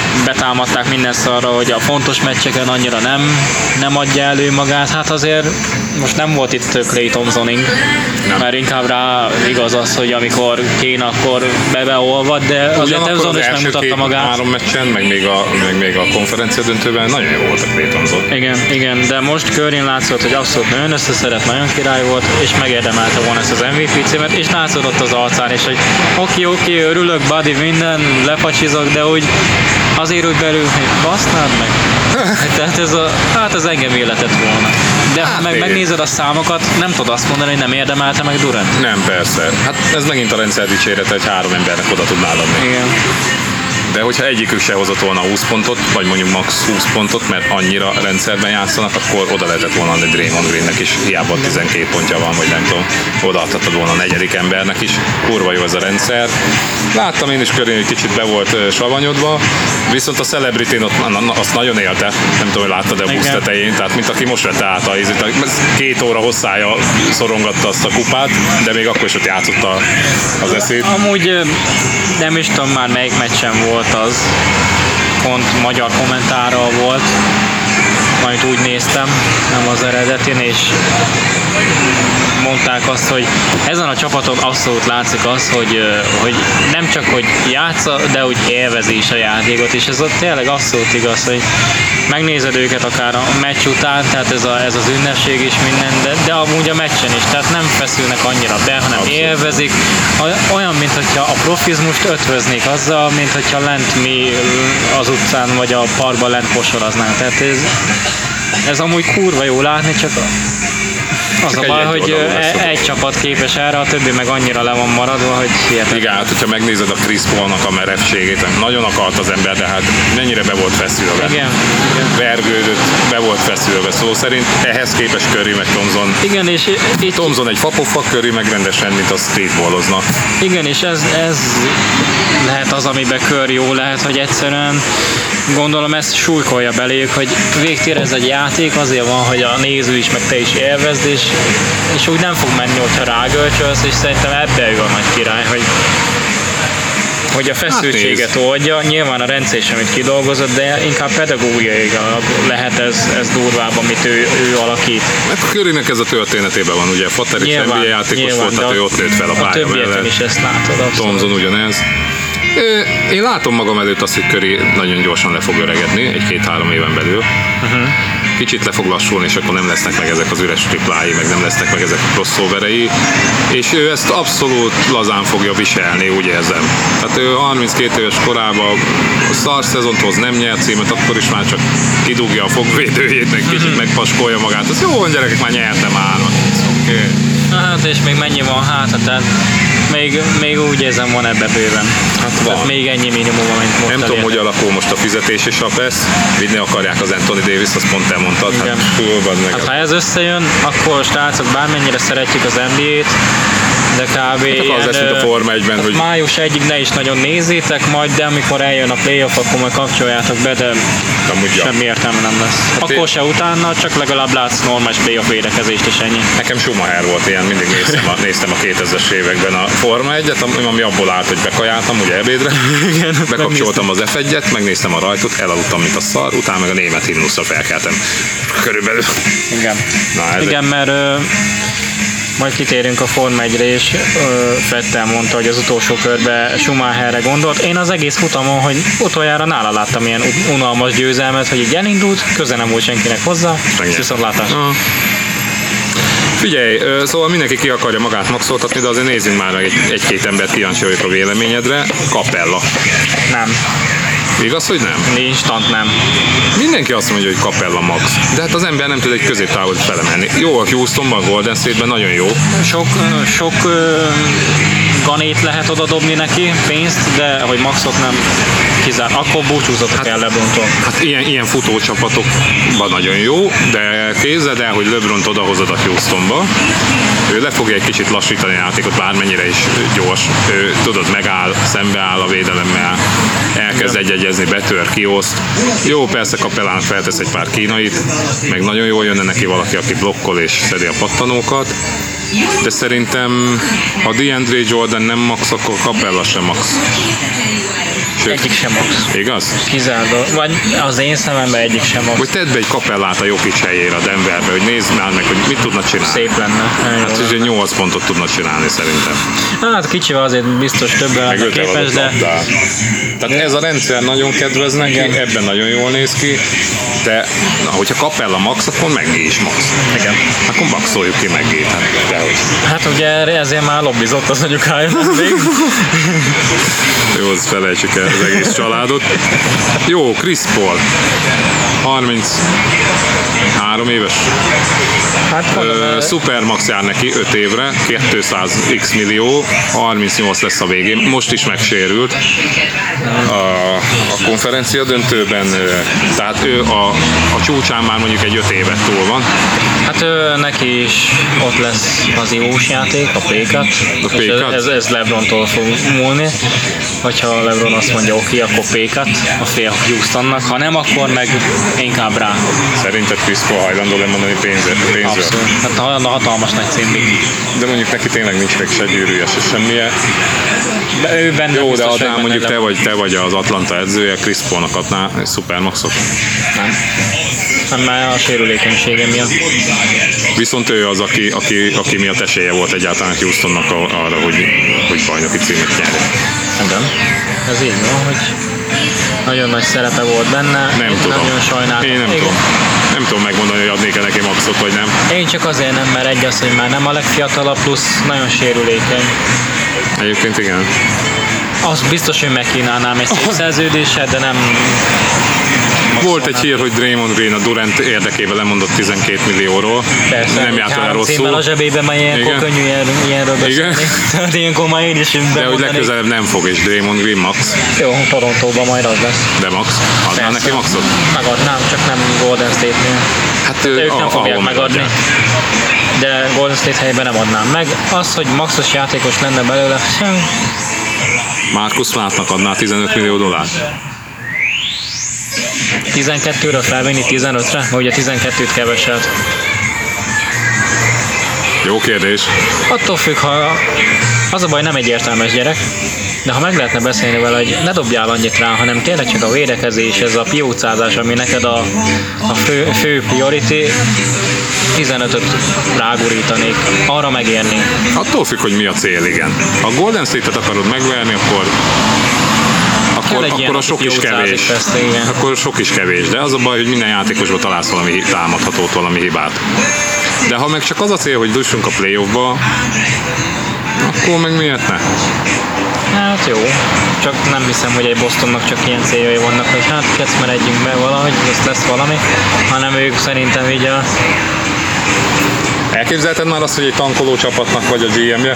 betámadták minden szarra, hogy a fontos meccseken annyira nem, nem adja elő magát. Hát azért most nem volt itt Klay Thompsoning, mert inkább rá igaz az, hogy amikor kéne, akkor bebeolvad, de azért Thompson is megmutatta magát. Három meccsen, meg még a, meg még a konferencia döntőben nagyon jó volt a Klay Thompson. Igen, igen, de most Curryn látszott, hogy abszolút nagyon összeszedett, nagyon király volt, és megérdemelte volna ezt az em vé pé címet, és látszott ott az arcán, és hogy oké, oké, örülök, buddy, minden, lepacsizok, de úgy azért úgy belül, hogy basznád meg. Tehát ez a, hát ez engem életett volna. De hát meg, megnézed a számokat, nem tudod azt mondani, hogy nem érdemelte meg Durant? Nem, persze. Hát ez megint a rendszer dicsérete, hogy három embernek oda tudnál adni. Igen. De hogyha egyikük se hozott volna húsz pontot, vagy mondjuk max húsz pontot, mert annyira rendszerben játszanak, akkor oda lehetett volna adni Draymond Greennek is, hiába tizenkét pontja van, vagy nem tudom, odaadhatod volna a negyedik embernek is. Kurva jó ez a rendszer. Láttam én is körül, hogy kicsit be volt savanyodva, viszont a Celebrity-n azt nagyon élte, nem tudom, hogy láttad a busz tetején, tehát mint aki most vette át a ízét, két óra hosszája szorongatta azt a kupát, de még akkor is ott játszotta az eszét. Amúgy nem is tudom már melyik meccsen volt az, pont magyar kommentárral volt, majd úgy néztem, nem az eredetén, és mondták azt, hogy ezen a csapaton abszolút látszik az, hogy, hogy nem csak, hogy játsza, de úgy élvezi is a játékot, és ez tényleg abszolút igaz, hogy megnézed őket akár a meccs után, tehát ez, a, ez az ünnepség is minden, de, de amúgy a meccsen is, tehát nem feszülnek annyira be, hanem abszolút élvezik. Olyan, mint hogyha a profizmust ötvöznék azzal, mint hogyha lent mi az utcán vagy a parkban lent posoroznánk. Tehát ez, ez amúgy kurva jó látni, csak az csak a baj, hogy egy, egy csapat képes erre, a többi meg annyira le van maradva, hogy hihetetlen. Igen, hát hogyha megnézed a Chris Paulnak a merevségét, nagyon akart az ember, de hát mennyire be volt feszülve. Igen. igen. Vergődött, be volt feszülve szó szerint. Ehhez képest Curry meg Thompson. Igen, és itt Thompson egy fapofa, Curry meg rendesen, mint a streetballozna. Igen, és ez, ez lehet az, amiben Curry jó lehet, hogy egyszerűen gondolom ezt súlykolja beléjük, hogy végtére ez egy játék, azért van, hogy a néző is, meg te is élvezd, és, és úgy nem fog menni, hogyha rágölcsölsz, és szerintem ebbe ő a nagy király, hogy hogy a feszültséget hát oldja, nyilván a rendszer is, amit kidolgozott, de inkább pedagógiai lehet ez, ez durvább, amit ő, ő alakít. Mert Currynek ez a történetében van, ugye Fater is en bé á játékos nyilván, volt, tehát ő ott nőtt fel a pálya mellett. A többieken is ezt látod. Thompson ugyanez. Én látom magam előtt azt, hogy Curry nagyon gyorsan le fog öregedni, egy-két-három éven belül. Uh-huh. Kicsit le fog lassulni, és akkor nem lesznek meg ezek az üres triplái, meg nem lesznek meg ezek a crossoverei, és ő ezt abszolút lazán fogja viselni, úgy érzem. Tehát ő harminckét éves korában a szar szezont hoz, nem nyert címet, akkor is már csak kidugja a fogvédőjét, meg kicsit megpaskolja magát. Az jó van, gyerekek, már nyertem hármat. Okay. Hát és még mennyi van hátra, tehát még, még úgy érzem, van ebbe bőven. Hát van. Tehát még ennyi minimum, amit most nem tudom, hogy alakul most a fizetés és a PESZ. Vinni akarják az Anthony Davis, azt pont elmondtad. Igen. Hát, fú, meg hát ha ez összejön, akkor srácok, bármennyire szeretjük az en bé á-t, de kb. Hát az lesz, mint a Forma egyben, hogy május egyig ne is nagyon nézzétek majd, de amikor eljön a playoff, akkor majd kapcsoljátok be, de amúgy semmi értelme nem lesz. Hát akkor én... se utána, csak legalább látsz normális playoff védekezést is ennyi. Nekem Schumacher volt ilyen, mindig néztem a, néztem a kétezres években a Forma egyet, ami abból állt, hogy bekajáltam ugye ebédre, igen, bekapcsoltam az ef egyet, megnéztem a rajtot, elaludtam, mint a szar, utána meg a német himnuszra felkeltem. Körülbelül. Igen, Na, igen egy... mert ö, majd kitérünk a Forma egyre, és ö, Fettel mondta, hogy az utolsó körbe Schumacherre gondolt. Én az egész futamon, hogy utoljára nála láttam ilyen unalmas győzelmet, hogy így elindult, köze nem volt senkinek hozzá, viszont látás. Uh-huh. Figyelj, szóval mindenki ki akarja magát maxoltatni, de azért nézzünk már egy, egy-két embert, kíváncsi vagyok a véleményedre. Capella. Nem. Igaz, hogy nem? Instant nem. Mindenki azt mondja, hogy Capella max. De hát az ember nem tud egy középtávot felemelni. Jó a Houstonban, Golden State-ben nagyon jó. Sok, sok uh, ganét lehet oda dobni neki, pénzt, de hogy maxot nem kizár. Akkor búcsúzatok hát, el LeBrontól. Hát ilyen, ilyen futócsapatokban nagyon jó, de képzeld el, hogy LeBront odahozod a Houstonba. Ő le fogja egy kicsit lassítani a játékot, bármennyire is gyors. Ő, tudod, megáll, szembeáll a védelemmel, elkezd egyegyezni, betör, kioszt. Jó, persze Capellának feltesz egy pár kínait, meg nagyon jól jönne neki valaki, aki blokkol és szedi a pattanókat. De szerintem, ha DeAndre Jordan nem max, akkor Capella sem max. Sőt, Egyik sem max. igaz? Kizárt, vagy az én szememben egyik sem max. Vagy tedd be egy kapellát a Jokic helyére a Denverbe, hogy nézd már meg, hogy mit tudna csinálni. Szép lenne. Hát Jó ugye lenne. nyolc pontot tudna csinálni szerintem. Hát kicsivel azért biztos többen Meg lenne öt képes, eladott de labdát. Tehát ez a rendszer nagyon kedvez neki, ebben nagyon jól néz ki, de na, hogyha Capella max, akkor Megé is max. igen. Akkor maxoljuk ki Megét, hát dehogy. Hát ugye ezért már lobbizott az anyukája még. Jó, azt felejtsük el az egész családot. Jó, Chris Paul. harminchárom éves. Hát mondom, Ö, Supermax jár neki öt évre, kétszáz x millió, harmincnyolc lesz a végén. Most is megsérült a, a konferencia döntőben, ö, tehát ő a, a csúcsán már mondjuk egy öt évet túl van. hát ő, neki is ott lesz az ivós játék, a P-kat. A És P-kat? Ez, ez Lebrontól fog múlni. Hogyha Lebron azt mondja, oké, akkor P-kat a fél Houstonnak, ha nem, akkor meg inkább rá. Szerinted Chris Paul hajlandó lemondani pénzért? pénzért? Abszolút. Hát a hatalmas nagy címig. De mondjuk neki tényleg nincs meg se gyűrűje, se semmije. De ő benne Jó, de biztos, hogy adnál benne mondjuk te le- vagy, te vagy az Atlanta edzője, Chris Paulnak adná egy Supermaxot. Nem. Nem, már a sérülékenysége miatt. Viszont ő az, aki, aki, aki miatt esélye volt egyáltalán Houstonnak a- arra, hogy, hogy bajnoki címet nyerje. Igen. Ez így van, hogy nagyon nagy szerepe volt benne. Nem Én tudom. Nagyon sajnáltam. Én nem Igen. tudom. Nem tudom megmondani, hogy adnék-e neki maxot, vagy nem. Én csak azért nem, mert egy az, hogy már nem a legfiatalabb, plusz nagyon sérülékeny. Egyébként igen. Az biztos, hogy megkínálnám egy szép szerződéset, de nem... Volt egy hír, hogy Draymond Green a Durant érdekében lemondott tizenkét millióról. Persze, nem járt vele három címmel rosszul. a zsebében, már ilyenkor Igen. könnyű ilyen, ilyenről Igen. beszélni. Tehát ilyenkor már én is De hogy bemondani. legközelebb nem fog, és Draymond Green max. Jó, Torontóban majd az lesz. De max. Adnál Persze. neki maxot? Megadnám, csak nem Golden State-nél. Hát De ők a- nem fogják ahol megadni. megadják. De Golden State helyében nem adnám meg. Az, hogy maxos játékos lenne belőle, hm, Marcus Smartnak adnál tizenöt millió dollárt? tizenkettőről felvinni tizenötre, vagy ugye tizenkettőt keveset. Jó kérdés. Attól függ, ha az a baj, nem egy értelmes gyerek, de ha meg lehetne beszélni vele, hogy ne dobjál annyit rá, hanem tényleg csak a védekezés, ez a piócázás, ami neked a, a fő, fő priority, tizenötöt rágurítanék, arra megérni. Attól függ, hogy mi a cél, igen. Ha a Golden State-et akarod megverni, akkor akkor, egy ilyen, akkor a aki sok is piócázik, kevés. persze, igen. Akkor sok is kevés. De az a baj, hogy minden játékosban találsz valami támadhatót, valami hibát. De ha meg csak az a cél, hogy jussunk a playoffba, akkor meg miért ne? Hát jó, csak nem hiszem, hogy egy Bostonnak csak ilyen céljai vannak, hogy hát kecmeredjünk be valahogy, ez lesz valami, hanem ők szerintem így a... Elképzelted már azt, hogy egy tankoló csapatnak vagy a gé em-je?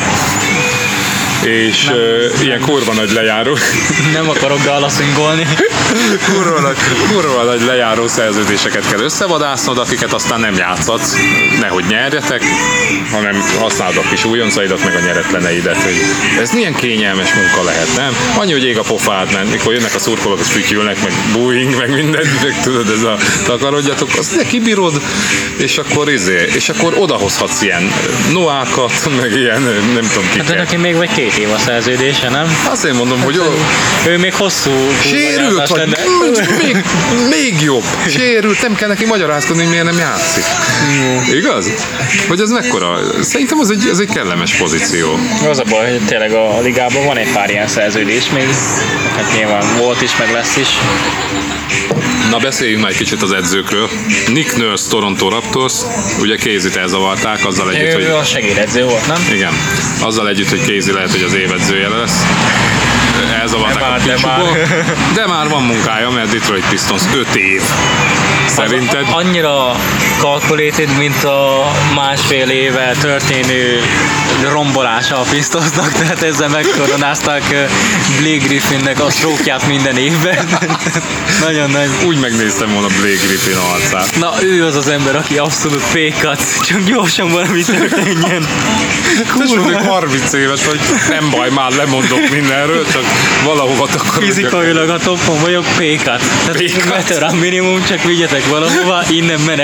És Nem, uh, nem. ilyen kurva nagy lejáró, Nem akarok dallaszingolni. kurva nagy, kurva nagy lejáró szerződéseket kell összevadásznod, akiket aztán nem játszhatsz, nehogy nyerjetek, hanem használd a kis újoncaidat, meg a nyeretleneidet, hogy ez milyen kényelmes munka lehet, nem? Annyi, hogy ég a pofád, mert mikor jönnek a szurkolók, az fütyülnek, meg booing, meg minden, meg tudod, ez a takarodjatok, azt ne kibírod, és akkor izé, és akkor odahozhatsz ilyen noákat, meg ilyen, nem tudom Hát de kiket. neki még vagy két év a szerződése, nem? Azért mondom, hogy ó, Ő még hosszú sérült kurva vagy, lenne. még, még jobb. Sérült, nem kell neki magyarázkodni, hogy miért nem játszik. Igaz? Hogy ez mekkora? Szerintem az egy, ez egy kellemes pozíció. Az a baj, hogy tényleg a ligában van egy pár ilyen szerződés még. Hát nyilván volt is, meg lesz is. Na beszéljünk már egy kicsit az edzőkről. Nick Nurse, Toronto Raptors, ugye Casey-t elzavarták, azzal együtt, Ő, hogy... ő a segédedző volt, nem? Igen, azzal együtt, hogy Casey lehet, hogy az évedzője lesz. Elzavarták De már, a de picsukból. már. De már van munkája, mert Detroit Pistons öt év. Szerinted? Az annyira calculated, mint a másfél éve történő rombolása a Pistonsnak, tehát ezzel megkoronázták Blake Griffinnek a stroke-ját minden évben. Nagyon nagy. Úgy megnéztem volna Blake Griffin arcát. Na, ő az az ember, aki abszolút pékat, csak gyorsan valami történjen. És mondjuk harminc éves vagy, nem baj, már lemondok mindenről, csak valahova takarodjak. Fizikailag a toppon vagyok, pékat. Tehát Pékat? veterán minimum, csak vigyetek valahova, innen meneküljek.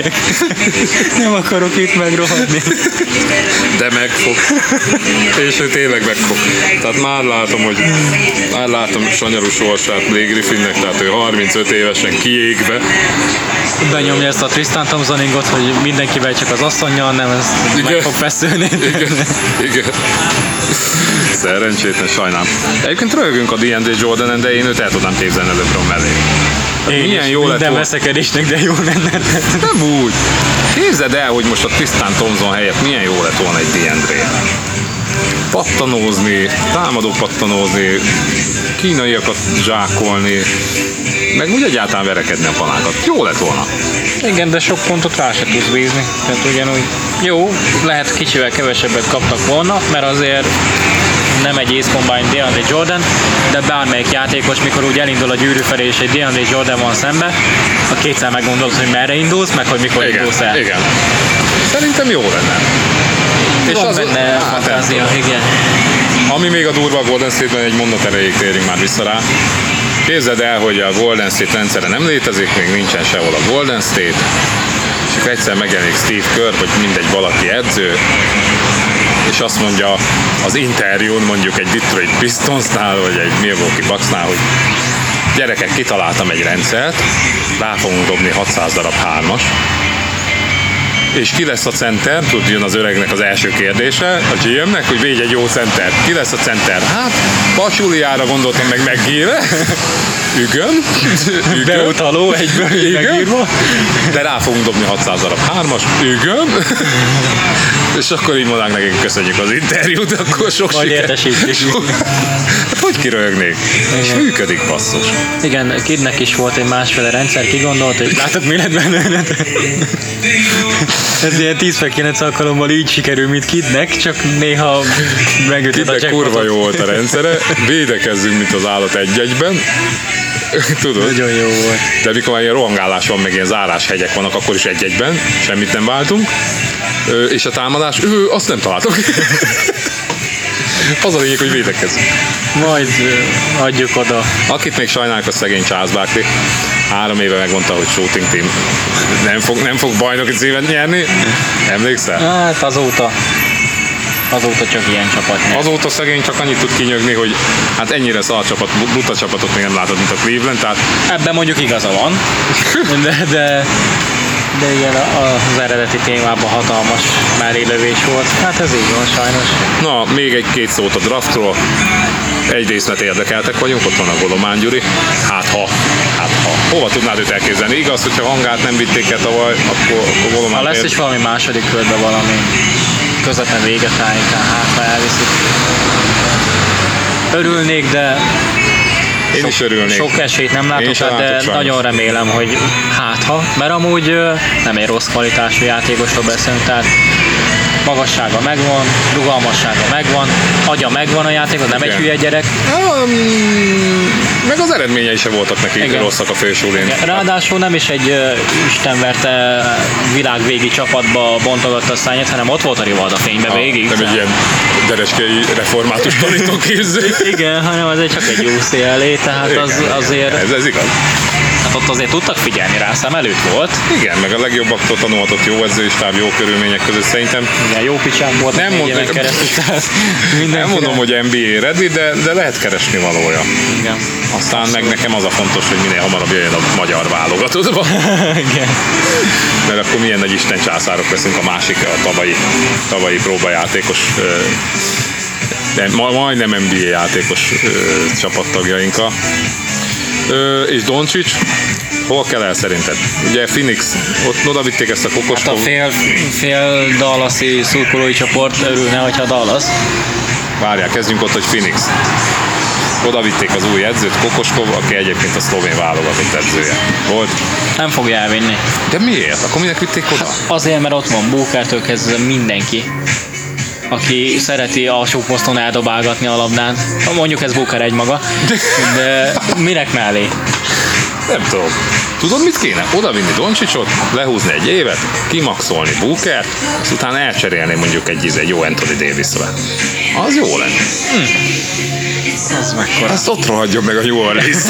meg. Nem akarok itt megrohadni. De megfog. És ő tényleg megfog. Tehát már látom, hogy már látom sanyarú sorsát Blake Griffinnek, tehát ő harmincöt évesen kiégve. Benyomja ezt a Tristan Thompsoningot, hogy mindenkivel csak az asszonnyal, nem, ezt Igen. meg fog feszülni. Igen, igen. Szerencsétlen, sajnálom. Egyébként röhögünk a DeAndre Jordanen, de én őt el tudnám képzelni LeBron mellé. Én milyen is, jó lett minden volna. veszekedésnek, de jó lenne. Nem úgy. Képzeld el, hogy most a Tristan Thompson helyett milyen jó lett volna egy DeAndre. Pattanózni, támadó pattanózni, kínaiakat zsákolni, meg úgy egyáltalán verekedni a panákat. Jó lett volna. Igen, de sok pontot rá se tudsz bízni. Tehát ugyanúgy jó, lehet kicsivel kevesebbet kaptak volna, mert azért nem egy Ace Combine DeAndre Jordan, de bármelyik játékos, mikor úgy elindul a gyűrű felé, és egy DeAndre Jordan van szembe, a kétszer meggondolod, hogy merre indulsz, meg hogy mikor Igen, indulsz el. igen. Szerintem jó lenne. És van benne hát, fantázia, igen. Ami még a durva a Golden State-ben, egy mondat erejéig térjünk már vissza rá. Képzeld el, hogy a Golden State rendszere nem létezik, még nincsen sehol a Golden State, és akkor egyszer megjelenik Steve Kerr, vagy mindegy valaki edző, és azt mondja az interjún mondjuk egy Detroit Pistonsnál, vagy egy Milwaukee Bucksnál, hogy gyerekek, kitaláltam egy rendszert, rá fogunk dobni hatszáz darab hármas, és ki lesz a center? Tudod, jön az öregnek az első kérdése, a gé em-nek, hogy védj egy jó center. Ki lesz a center? Hát, Pacsuliára gondoltam meg meggére. Ügön. Ügön. Beutaló, egyből így megírva. De rá fogunk dobni hatszáz darab hármas. Ügön. És akkor így mondanánk nekik, köszönjük az interjút, akkor sok Majd siker. értesítjük. Hát hogy kiröhögnék? És működik, basszus. Igen, Kidnek is volt egy másféle rendszer, kigondolt, és látok, mi lett belőle. Ez ilyen tíz per kilenc alkalommal így sikerül, mint Kidnek, csak néha megütöd a Kidnek kurva jackpotot. jó volt a rendszere, védekezzünk, mint az állat egy-egyben. Tudod? Nagyon jó volt. De mikor már ilyen rohangálás van, meg ilyen záráshegyek vannak, akkor is egy-egyben, semmit nem váltunk. Ö, és a támadás, ő, azt nem találtuk. Az a lényeg, hogy védekezzünk. Majd ö, adjuk oda. Akit még sajnálok, a szegény Charles Barkley. Három éve megmondta, hogy shooting team nem fog, nem fog bajnoki címet nyerni. Emlékszel? Hát azóta, azóta csak ilyen csapat nyer. Azóta szegény csak annyit tud kinyögni, hogy hát ennyire szar csapat, buta csapatot még nem látod, mint a Cleveland, tehát Ebben mondjuk igaza van, de, de, de igen, az eredeti témában hatalmas mellélövés volt. Hát ez így van sajnos. na, még egy-két szót a draftról. Egyrészt, mert érdekeltek vagyunk, ott van a Golomán Gyuri. Hát ha, hát ha. Hova tudnád őt elképzelni? Igaz, hogyha hangát nem vitték el tavaly, akkor, akkor Golomán... Ha lesz is valami második körben valami közvetlen vége tájékán, hát ha elviszik. Örülnék, de Én is örülnék. sok esélyt nem Én látok, sem de látok sajnos. nagyon remélem, hogy hát ha, mert amúgy ö, nem egy rossz kvalitású játékosról beszélünk, tehát magassága megvan, rugalmassága megvan, agya megvan a játékot, nem egy Igen. hülye gyerek. Um, meg az eredményei se voltak neki Igen. rosszak a fősúlén. Ráadásul nem is egy ö, istenverte világvégi csapatba bontogatta a szányát, hanem ott volt a Rivalda fénybe végig. Nem egy ilyen dereskei református tanítóképző. Igen, hanem az egy csak egy jó szélé, tehát az, azért, Ez, ez igaz. hát ott azért tudtak figyelni rá, szem előtt volt. Igen, meg a legjobbaktól tanulhatott jó edzőstáb, jó körülmények között szerintem. Igen, jó picsák volt, Nem négy mondom- éven keresztül, tehát Nem mindenki- mondom, hogy en bé á ready, de, de lehet keresni valója. Igen. Aztán meg nekem az a fontos, hogy minél hamarabb jöjjön a magyar válogatottba. Igen. Mert akkor milyen nagy isten császárok leszünk a másik, a tavalyi, tavalyi próbajátékos, ö, de ma- majdnem en bé á játékos ö, csapattagjainkkal. Ö, és Doncic, hol kell el szerinted? Ugye Phoenix, ott oda vitték ezt a kokos. Hát a fél, fél Dallasi szurkolói csoport örülne, hogyha Dallas. Várjál, kezdjünk ott, hogy Phoenix. Oda vitték az új edzőt, Kokoskov, aki egyébként a szlovén válogatott edzője volt. Nem fogja elvinni. De miért? Akkor minek vitték oda? Azért, mert ott van Bookertől kezdve mindenki, aki szereti alsó poszton eldobálgatni a labdán. Mondjuk ez Booker egymaga, de minek mellé? Nem tudom. Tudod, mit kéne? Oda vinni Dončićot, lehúzni egy évet, kimaxolni Bookert, és utána elcserélni mondjuk egy, egy jó Anthony Davisre. Az jó lenne. Az mekkora. Azt ott rohadjon meg a New Orleans.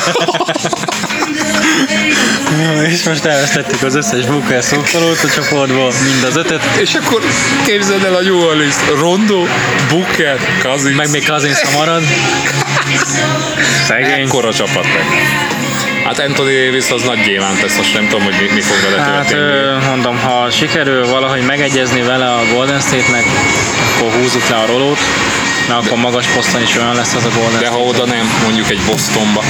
És most elvesztettük az összes Booker szoktalót a csoportból, mind az ötöt. És akkor képzeld el a New Orleans. Rondo, Booker, Cousins. Meg még Cousins, ha marad. Szegény. Ekkora csapat meg. Hát Anthony Davis az nagy gyémánt lesz, most nem tudom, hogy mi, mi fog vele Hát történni. ö, mondom, ha sikerül valahogy megegyezni vele a Golden State-nek, akkor húzzuk le a rolót, mert akkor magas poszton is olyan lesz az a Golden De State. ha oda nem, mondjuk egy Bostonba,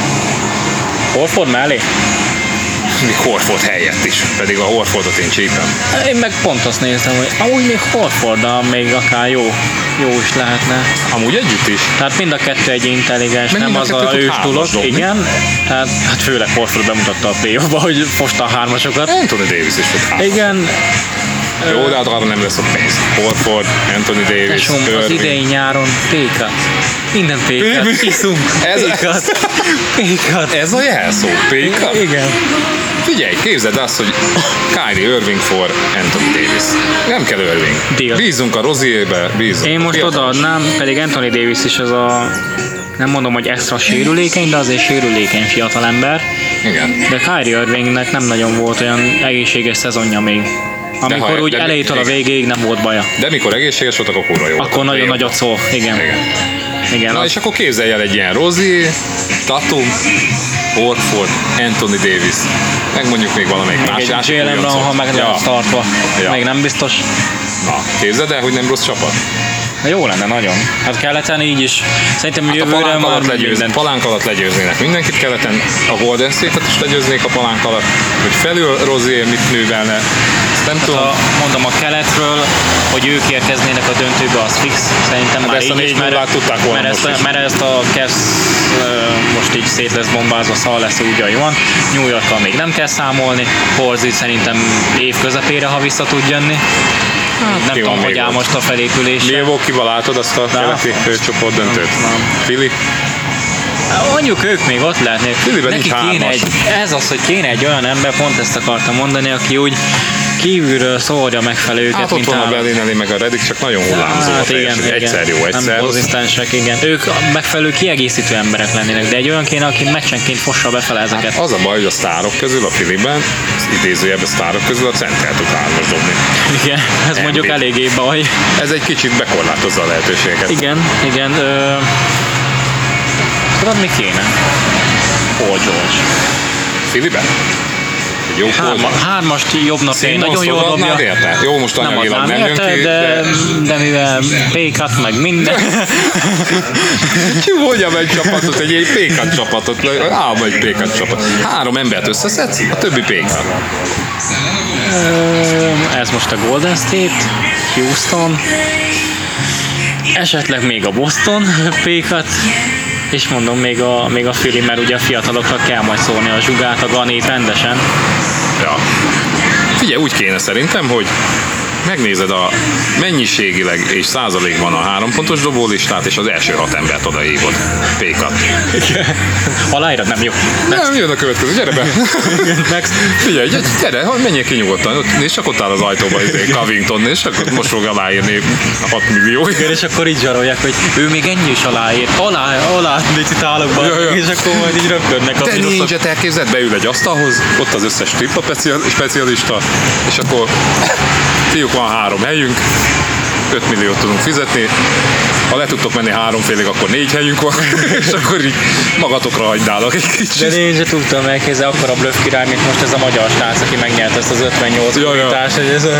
Horford mellé? még Horford helyett is, pedig a Horfordot én csípem. Én meg pont azt néztem, hogy amúgy még Horforddal még akár jó, jó is lehetne. Amúgy együtt is. Tehát mind a kettő egy intelligens, Meg nem mind a az kettő a tud ős hármas tulok. dobni. Igen, tehát hát főleg Horford bemutatta a play-offba, hogy fosta a hármasokat. Anthony Davis is tud hármas. Igen, Jó, de hát arra nem lesz a pénz. Horford, Anthony Davis, tesóm, az Irving. idei nyáron pékat. Minden pékat, iszunk, Ez- pékat, pékat. Ez a jelszó, Péka? Igen. Figyelj, képzeld azt, hogy Kyrie Irving for Anthony Davis. Nem kell Irving. Deal. Bízzunk a Roziébe, bízzunk. Én a most fiatalos. odaadnám, pedig Anthony Davis is az a, nem mondom, hogy extra sérülékeny, de azért sérülékeny fiatalember. Igen. De Kyrie Irvingnek nem nagyon volt olyan egészséges szezonja még. Amikor ha- úgy de- elejétől a végéig nem volt baja. De mikor egészséges volt, akkor kurva jó. volt. Akkor nagyon nagyot szól, igen. Igen. Igen, Na az, és akkor képzelj el egy ilyen Rozier, Tatum, Horford, Anthony Davis. Meg mondjuk még valamelyik más. egy másik Jalen újoncot. Brown, ha meg ja. lesz tartva. Ja. Még nem biztos. Na, képzeld el, hogy nem rossz csapat. De jó lenne nagyon. Hát keleten így is. Szerintem Hát a jövőre palánk már alatt, legyőz, mindent. palánk alatt legyőznének mindenkit keleten, a Golden State-et is legyőznék a palánk alatt, hogy felül Rozier mit művelne, ezt nem tudom. A, mondom a keletről, hogy ők érkeznének a döntőbe, az fix. Szerintem már ezt a így is, négy nullát tudták volna mert, ezt, most is. mert ezt a Cavs most így szét lesz bombázva, szal lesz úgy, ahogy van. New Yorkkal még nem kell számolni. Horsey szerintem év közepére, ha vissza tud jönni. Hát, Nem ki van tudom, még hogy áll ott? most a felépülése. Milwaukee-ba látod azt a keleti főcsoport döntőt? Nem. Philly? Mondjuk ők még ott lehetnék. Phillyben Neki nincs kéne hármas. egy, ez az, hogy kéne egy olyan ember, pont ezt akartam mondani, aki úgy kívülről szórja meg fel őket, Hát ott mint van a állat. Bellinelli meg a Redick, csak nagyon hullámzó. Hát a igen, teljesítmény. igen. Egyszer jó, egyszer Nem rossz. konzisztensek, igen. Ők megfelelő kiegészítő emberek lennének, de egy olyan kéne, aki meccsenként fossa befele ezeket. Az a baj, hogy a sztárok közül a Phillyben, az idézőjebben sztárok közül a center tud hármas dobni. Igen, ez mondjuk Embiid. eléggé baj. Ez egy kicsit bekorlátozza a lehetőséget. Igen, igen. Ö... Tudod, mi kéne? Paul George. Phillyben? Egy jó Hárma, Paul- hármast jobb napjai nagyon jól adnád dobja. érte? Jó, most Nem anyagilag adnám nem jön érte, ki, de, de... de mivel P-cut meg minden. Ki mondja egy csapatot, egy, egy P-cut csapatot, álma egy P-cut csapat. Három embert összeszedsz, a többi P-cut. Ö, Ez most a Golden State, Houston, esetleg még a Boston P-cut, és mondom még a, még a Philly, mert ugye a fiataloknak kell majd szólni a zsugát, a ganét rendesen. Ja. Figyelj, úgy kéne szerintem, hogy megnézed a mennyiségileg és százalékban a három pontos dobólistát, és az első hat embert odaívod. P-kat. Aláírod? Nem jó. Nem, jön a következő, gyere be! Next. Figyelj, gyere, gyere, menjél ki nyugodtan, ott, és csak ott áll az ajtóban izé, Covington, és akkor most fog aláírni hat millió. Igen, és akkor így zsarolják, hogy ő még ennyi is aláír. Alá, alá, licitálok be, Ja, ja. és akkor majd így röpködnek a Te mínuszok. nincs, elképzeld, beül egy asztalhoz, ott az összes tripla special- specialista, és akkor fiúk, van három helyünk, öt milliót tudunk fizetni, ha le tudtok menni háromfélig, akkor négy helyünk van, és akkor így magatokra hagynálok egy De kicsit. én sem tudtam elképzelni akkor a bluff király, mint most ez a magyar srác, aki megnyert ezt az ötvennyolc Ja, ja. kurítást, hogy ez a...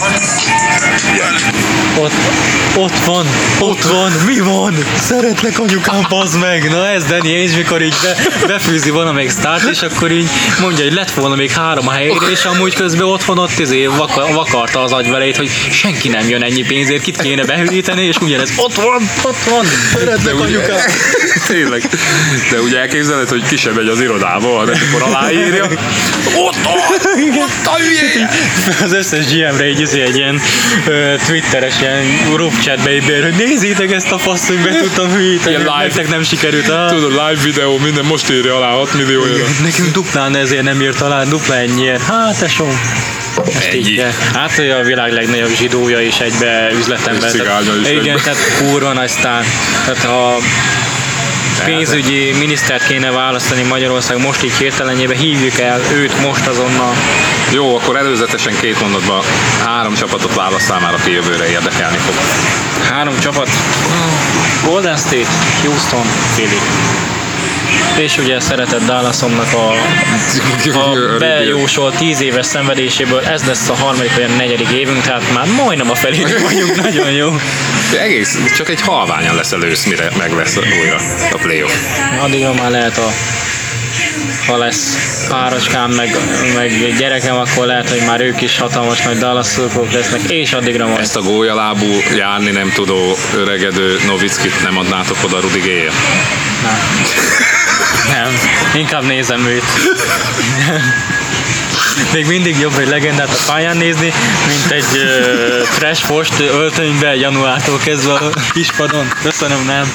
Ott, ott van, ott van, mi van? Szeretlek anyukám, bazd meg! Na ez Danny Ainge, mikor így be, befűzi valamelyik sztárt, és akkor így mondja, hogy lett volna még három a helyére, és amúgy közben ott van ott izé, vaka, vakarta az agyvelét, hogy senki nem jön ennyi pénzért, kit kéne behűíteni, és ugyanez ott van, ott van, szeretlek anyukám! Tényleg. De ugye elképzeled, hogy ki sem megy az irodába, hanem akkor aláírja. Ott, ott, ott a hülye! Az összes gé em-re így izé egy ilyen ö, twitteres ilyen group chatbe ígér, hogy nézzétek ezt a faszt, hogy be tudtam hűíteni, nektek nem sikerült. Ah. Tudod, live videó, minden most írja alá hat millióra. Nekünk duplán ezért nem írt alá, dupla ennyiért. Hát tesó. Ennyi. Hát a világ legnagyobb zsidója is egybe üzletemben. Igen, tehát kurva nagy sztár. Tehát ha pénzügyi minisztert kéne választani Magyarország most így hirtelenjébe, hívjuk el őt most azonnal. Jó, akkor előzetesen két mondatban három csapatot választál már, aki jövőre érdekelni fog. Három csapat. Golden State, Houston, Philly. És ugye szeretett Dallasomnak a, a bejósolt tíz éves szenvedéséből ez lesz a harmadik vagy a negyedik évünk, tehát már majdnem a felé vagyunk, nagyon jó. De egész, csak egy halványan lesz elősz, mire meg lesz újra a playoff. Addigra már lehet a ha lesz párocskám, meg, meg gyerekem, akkor lehet, hogy már ők is hatalmas nagy Dallas-szurkolók lesznek, és addigra majd. Ezt a gólyalábú, járni nem tudó, öregedő Nowickit nem adnátok oda Rudy Gay-ért? Nem. Nem, inkább nézem őt. Még mindig jobb egy legendát a pályán nézni, mint egy uh, trash post öltönybe januártól kezdve a kispadon. Köszönöm, nem.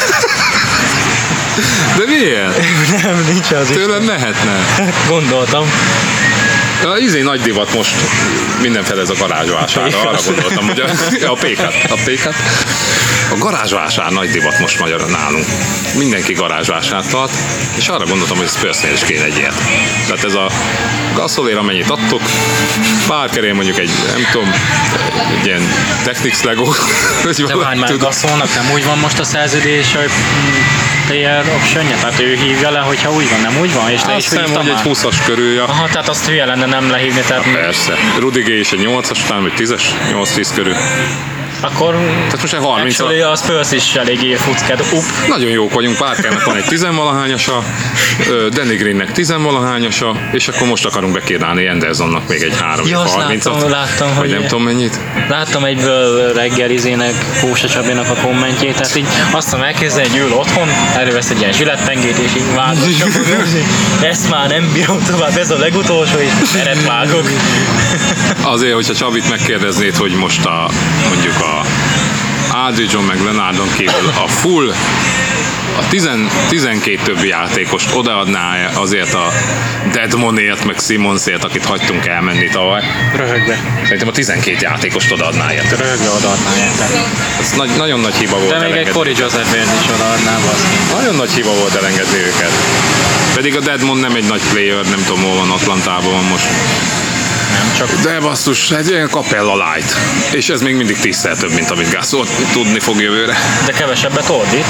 De miért? Nem, nincs az is. Tőlem mehetne. Gondoltam. A izé nagy divat most mindenféle ez a garázsvásárra. Arra gondoltam, hogy a, a pékat. A pékat. A garázsvásár nagy divat most magyar nálunk. Mindenki garázsvásárt tart, és arra gondoltam, hogy a Spursnél is kéne egy ilyet. Tehát ez a Gasolér, amennyit adtok, Parkerén mondjuk egy, nem tudom, egy ilyen Technics Lego. De várj már, Gasolnak nem úgy van most a szerződés, hogy player optionja? Tehát ő hívja le, hogyha úgy van, nem úgy van? És le azt hiszem, hogy egy húszas körülja. Aha, tehát azt hülye lenne nem lehívni. Tehát... Persze. Rudy Gay is egy nyolcas, talán vagy tízes, nyolc-tíz körül. Akkor tehát most egy harminc. Actually a Spurs is eléggé fucked up. Nagyon jók vagyunk, Parkernek van egy tizenvalahányasa, Danny Greennek tizenvalahányasa, és akkor most akarunk bekérnálni Andersonnak még egy három harmincat. Láttam, láttam, hogy nem tudom mennyit. Láttam egyből reggelizének, Kósa Csabinak a kommentjét, tehát így azt mondom elkezdeni, hogy ül otthon, elővesz egy ilyen zsilettpengét, és így vágok. Ezt már nem bírom tovább, ez a legutolsó, és eret vágok. Azért, hogyha Csabit megkérdeznéd, hogy most a, mondjuk a Aldridge-on meg Leonardon kívül a full a tizenkét többi játékost odaadná azért a Deadmonért, meg Simmonsért, akit hagytunk elmenni tavaly. Röhögve. Szerintem a tizenkét játékost odaadná érte. Röhögve odaadná érte. Ez nagy, nagyon nagy hiba volt. De még egy Corey Josephért is odaadná. Nagyon nagy hiba volt elengedni őket. Pedig a Deadmon nem egy nagy player, nem tudom, hol van, Atlantában van most. Nem csak. De basszus, egy ilyen Capella Light. És ez még mindig tízszer több, mint amit Gasol tudni fog jövőre. De kevesebbet ordít.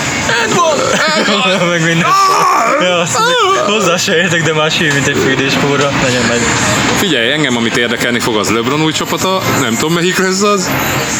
Edmond! Meg minden. Ja, hozzá se értek, de más hív, mint egy fűdéskóra. Nagyon megy. Figyelj, engem amit érdekelni fog az LeBron új csapata, nem tudom melyik lesz az.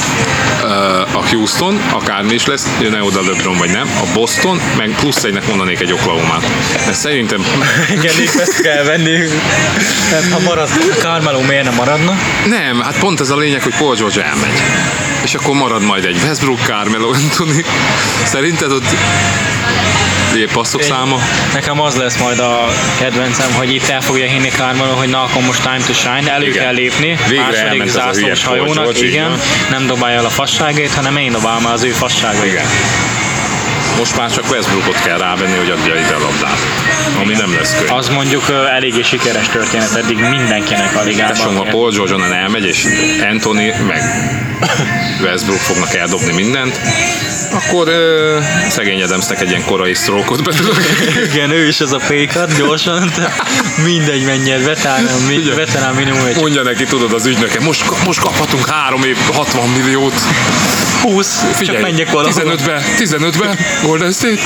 A Houston, akármi is lesz, jön-e oda LeBron vagy nem. A Boston, meg plusz egynek mondanék egy Oklahomát. De szerintem... Igen, ezt kell venni. Tehát ha marad, Carmelo miért nem maradna? Nem, hát pont ez a lényeg, hogy Paul George elmegy. És akkor marad majd egy Westbrook, Carmelo Anthony. Szerinted ott ilyen passzok Én, száma? Nekem az lesz majd a kedvencem, hogy itt el fogja hinni Carmelo, hogy na akkor most time to shine, elő igen. kell lépni. Végre második zászlós hajónak, igen. Nem dobálja el a fasságét, hanem én dobálom az ő fasságait. Igen. Most már csak Westbrookot kell rávenni, hogy adja ide a labdát. Ami nem lesz könnyű. Az mondjuk uh, eléggé sikeres történet eddig mindenkinek a ligában. Tesson, ha Paul George onnan elmegy, és Anthony meg Westbrook fognak eldobni mindent, akkor uh, szegény Adamsnek egy ilyen korai stroke-ot be tudok. Igen, ő is az a pékat, gyorsan, mindegy mennyire, veterán, veterán minimum egy. Mondja neki, tudod, az ügynöke, most, most kaphatunk három év hatvan milliót. húsz, figyelj, csak menjek valahol. tizenötbe, tizenötbe, Golden State.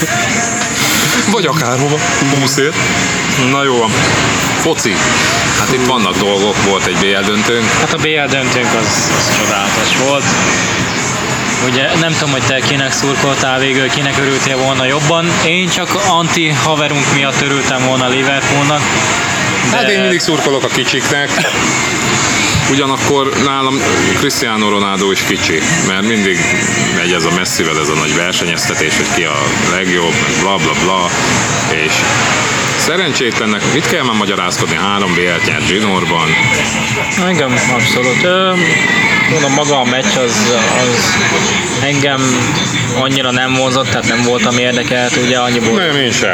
Vagy akárhova, húszért. Na jó van. Foci. Hát itt vannak dolgok, volt egy bé el döntőnk. Hát a bé el döntőnk az, az csodálatos volt. Ugye nem tudom, hogy te kinek szurkoltál végül, kinek örültél volna jobban. Én csak anti-haverunk miatt örültem volna Liverpoolnak. De... Hát én mindig szurkolok a kicsiknek. Ugyanakkor nálam Cristiano Ronaldo is kicsi, mert mindig megy ez a Messivel, ez a nagy versenyeztetés, hogy ki a legjobb, bla bla bla, és szerencsétlennek, mit kell már magyarázkodni, három bé el-t nyert Zsinórban. Igen, abszolút. Ö, Tudom, maga a meccs az, az engem annyira nem vonzott, tehát nem voltam érdekelt, ugye annyiból. Nem, én sem.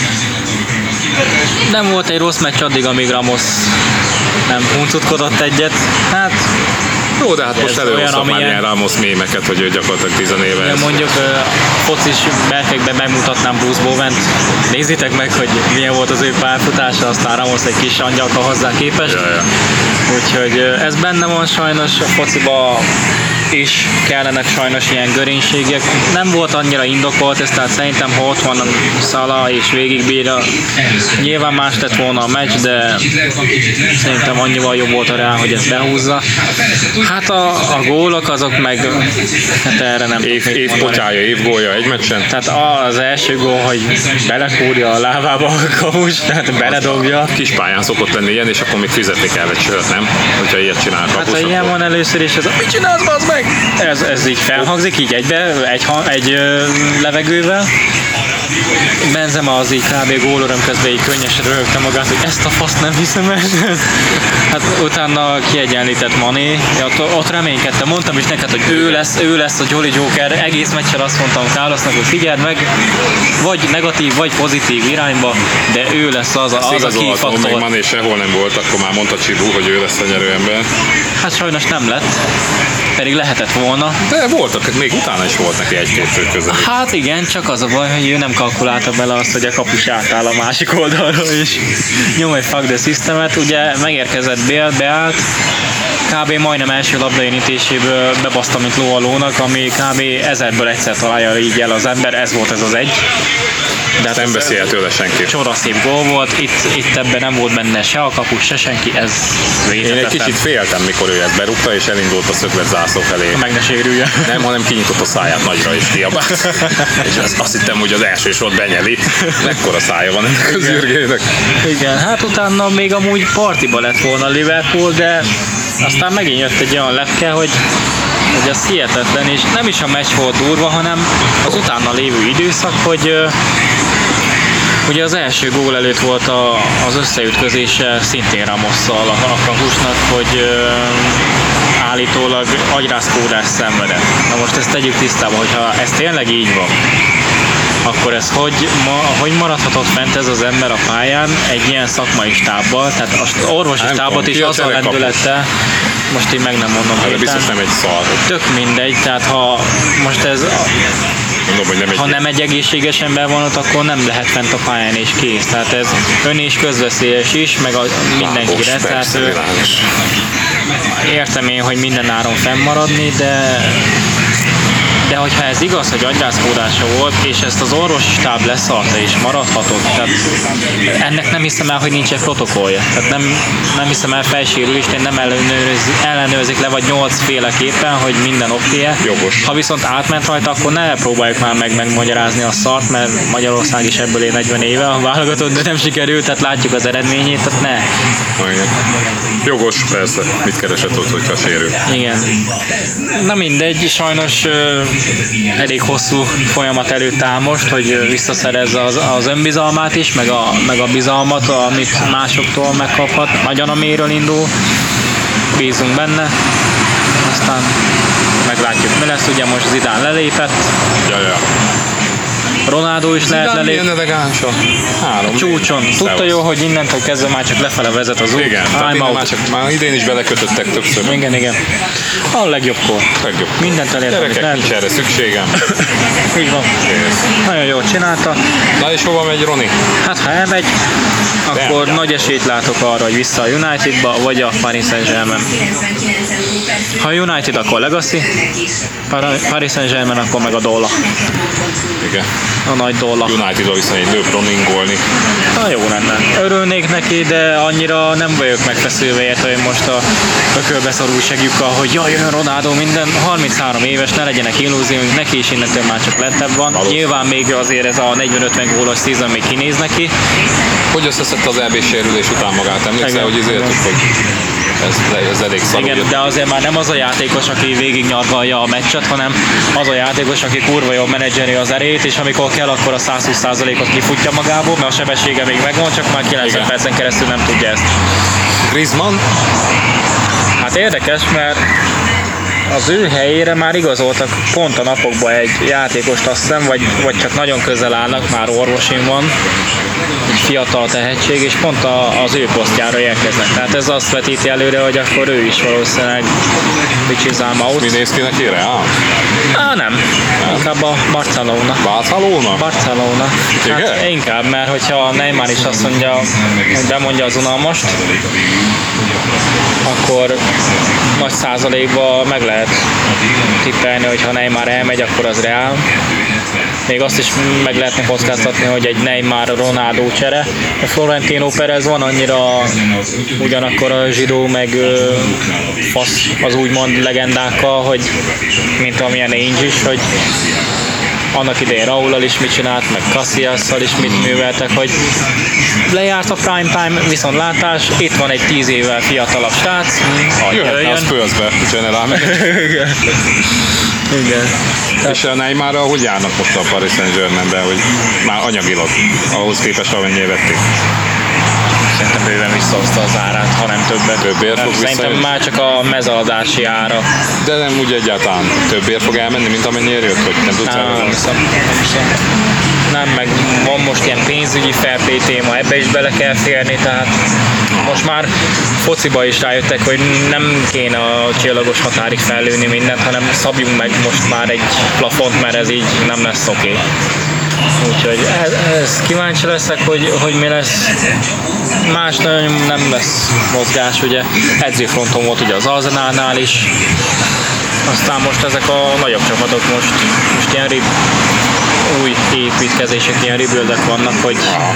Nem volt egy rossz meccs addig, amíg Ramos nem huncutkodott egyet. Hát Jó, de hát most ez előhoztam olyan, már amilyen- ilyen Ramos mémeket, hogy ő gyakorlatilag tizenéves. ugye mondjuk a focis berkekben megmutatnám Bruce Bowen-t. Nézzétek meg, hogy milyen volt az ő pályafutása, aztán Ramos egy kis angyalka hozzá képest. Ja, ja. Úgyhogy ö, ez benne van sajnos, a fociba is kellenek sajnos ilyen görénységek. Nem volt annyira indokolt ez, tehát szerintem ha ott van a Salah és végigbírja, nyilván más lett volna a meccs, de szerintem annyival jobb volt a Real, hogy ezt behúzza. Hát a, a gólok azok meg, hát erre nem Év, tudok mit év mondani. potyája, év gólja egy meccsen. Tehát az első gól, hogy belekúrja a lábába a kamus, tehát beledobja. Kis pályán szokott lenni ilyen, és akkor még fizetni kell egy sört, nem? Hogyha ilyet csinál Hát ha kapusok. ilyen van először is, ez a mit csinálsz, bazd meg? Ez, ez így felhangzik, így egybe, egy, ha- egy ö, levegővel. Benzema az így kb. Gólöröm közben így könnyesen röhögte magát, hogy ezt a faszt nem hiszem el. Hát utána kiegyenlített Mané, ott, ott reménykedtem, mondtam is neked, hogy ő lesz, ő lesz a Jolly Joker, egész meccsen azt mondtam Carlosnak, hogy figyeld meg, vagy negatív, vagy pozitív irányba, de ő lesz az a, az a key Igazolhatom, még faktor. Mané sehol nem volt, akkor már mondta Csibú, hogy ő lesz a nyerőember. Hát sajnos nem lett, pedig lehetett volna. De voltak, még utána is volt neki egy-két fő közel. Hát igen, csak az a baj, hogy ő nem kalkulálta bele azt, hogy a kapus átáll a másik oldalról is. Nyom egy fuck the systemet, ugye megérkezett Bale, beállt, kb. Majdnem első labdaérintéséből bebaszta, mint ló a lónak, ami kb. ezerből egyszer találja így el az ember, ez volt ez az egy. De hát Nem ez- beszél tőle senki. Csodaszép gól volt, itt, itt ebben nem volt benne se a kapus, se senki, ez Én egy végetetlen. kicsit féltem, mikor ő ezt berúgta, és elindult a szöglet zászló felé. Meg ne sérüljön. Nem, hanem kinyitott a száját nagyra és kiabált. És azt, azt hittem, hogy az első sort benyeli. Mekkora szája van ennek az űrgének. Igen, hát utána még amúgy partiba lett volna Liverpool, de aztán megint jött egy olyan lepke, hogy, hogy ez hihetetlen, és nem is a meccs volt durva, hanem az utána lévő időszak, hogy ö, ugye az első gól előtt volt a, az összeütközése szintén Ramosszal a, a kapusnak, hogy ö, állítólag agyrázkódás szenvedett. Na most ezt tegyük tisztába, hogyha ez tényleg így van, akkor ez hogy, ma, hogy maradhatott fent ez az ember a pályán egy ilyen szakmai stábbal, tehát az orvosi Nem stábot tudom, is ki a az a cserekapus? lendülettel, most én meg nem mondom Hát hirtelen. biztos nem egy szar. Tök mindegy, tehát ha most ez, Mondom, hogy nem egy... ha nem egy egészséges ember van ott, akkor nem lehet fent a pályán és kész. Tehát ez ön és közveszélyes is, meg a mindenkire. Világos, Tehát persze, ő, világos. értem én, hogy minden áron fennmaradni, de de hogyha ez igaz, hogy agyrázkódása volt, és ezt az orvosi stáb leszarta és maradhatott, tehát ennek nem hiszem el, hogy nincs egy protokollja. Tehát nem, nem hiszem el fejsérülést, én nem ellenőrz, ellenőrzik le, vagy nyolc féleképpen, hogy minden oké. Jogos. Ha viszont átment rajta, akkor ne próbáljuk már meg megmagyarázni a szart, mert Magyarország is ebből él negyven éve a válogatott, de nem sikerült, tehát látjuk az eredményét, tehát ne. Igen. Jogos, persze. Mit keresett ott, hogyha sérül? Igen. Na mindegy, sajnos ö, elég hosszú folyamat előtt áll most, hogy visszaszerezze az, az önbizalmát is, meg a, meg a bizalmat, amit másoktól megkaphat. Nagyon a mélyről indul, bízunk benne, aztán meglátjuk mi lesz, ugye most Zidane lelépett, Ja, ja. Ronaldo is lehet Zidane lelépni. milyen elegánsa. Három. Csúcson. Tudta jó, hogy innentől kezdve már csak lefele vezet az út. Igen, tehát I'm innen out. már, csak, már idén is belekötöttek többször. Igen, igen. A legjobbkor. Legjobb. Mindent elért, amit Gyerekek, lehet. nincs erre szükségem. Így van. Nagyon jól csinálta. Na és hova megy Roni? Hát ha elmegy, akkor Nem. nagy esélyt látok arra, hogy vissza a Unitedba, vagy a Paris Saint-Germain. Ha a United, akkor Legacy, Par- Paris Saint-Germain, akkor meg a Dolla. Igen. A nagy Dolla. United-ba viszont egy nőp Roningolni. Na jó lenne. Örülnék neki, de annyira nem vagyok megfeszülve érte, hogy most a ökölbe szorul segjukkal, hogy jaj, jön Ronaldo, minden harminchárom éves, ne legyenek illúzióink, neki is innentől már csak lettebb van. Valószínű. Nyilván még azért ez a negyven-ötven gólos szezon még kinéz neki. Hogy összeszedte az é bé sérülés után magát? Emlékszel, Igen. hogy izéltük, hogy ez, ez elég szar. Igen, ugye? de azért már nem az a játékos, aki végignyargalja a meccset, hanem az a játékos, aki kurva jól menedzseri az erét, és amikor amikor kell, akkor a száz húsz százalékot kifutja magából, mert a sebessége még megvan, csak már kilencven percen keresztül nem tudja ezt. Griezmann? Hát érdekes, mert az ő helyére már igazoltak pont a napokban egy játékost, azt hiszem, vagy, vagy csak nagyon közel állnak, már orvosin van, egy fiatal tehetség, és pont a, az ő posztjára érkeznek. Tehát ez azt vetíti előre, hogy akkor ő is valószínűleg Bicsizám out. Mi néz ki neki? Real? Á, nem. Inkább a Barcelona. Barcelona? Barcelona. Hát inkább, mert hogyha Neymar is azt mondja, hogy bemondja az unalmast, akkor nagy százalékban meg lehet tippelni, hogy ha Neymar elmegy, akkor az Real. Még azt is meg lehetne kockáztatni, hogy egy Neymar-Ronaldo csere. A Florentino Perez van annyira ugyanakkor a zsidó, meg ö, fasz az úgymond legendákkal, hogy mint amilyen Ainge is, hogy annak idején Raúllal is mit csinált, meg Cassiasszal is mit műveltek, hogy lejárt a prime time, viszont látás, itt van egy tíz évvel fiatalabb srác, Jöhetne a Spursbe, generál meg. Igen. Igen. És a Neymarral hogy járnak most a Paris Saint-Germainben, hogy már anyagilag, ahhoz képest amennyire vették? Szerintem bőven visszahozta az árát, ha nem többet. Többért fog Szerintem visszajönni? már csak a mezőadási ára. De nem úgy egyáltalán többért fog elmenni, mint amennyire jött, hogy nem tudsz Nem, nem elmenni? hiszem, nem hiszem. Nem, meg van most ilyen pénzügyi fair play téma, ebbe is bele kell férni, tehát most már fociba is rájöttek, hogy nem kéne a csillagos határig fellőni mindent, hanem szabjunk meg most már egy plafont, mert ez így nem lesz oké. Okay. Úgyhogy ez, ez kíváncsi leszek, hogy, hogy mi lesz. Más nagyon nem lesz mozgás, ugye edzőfronton volt ugye az Arsenalnál is, aztán most ezek a nagyobb csapatok most, most ilyen rib, új építkezések, ilyen rebuildek vannak, hogy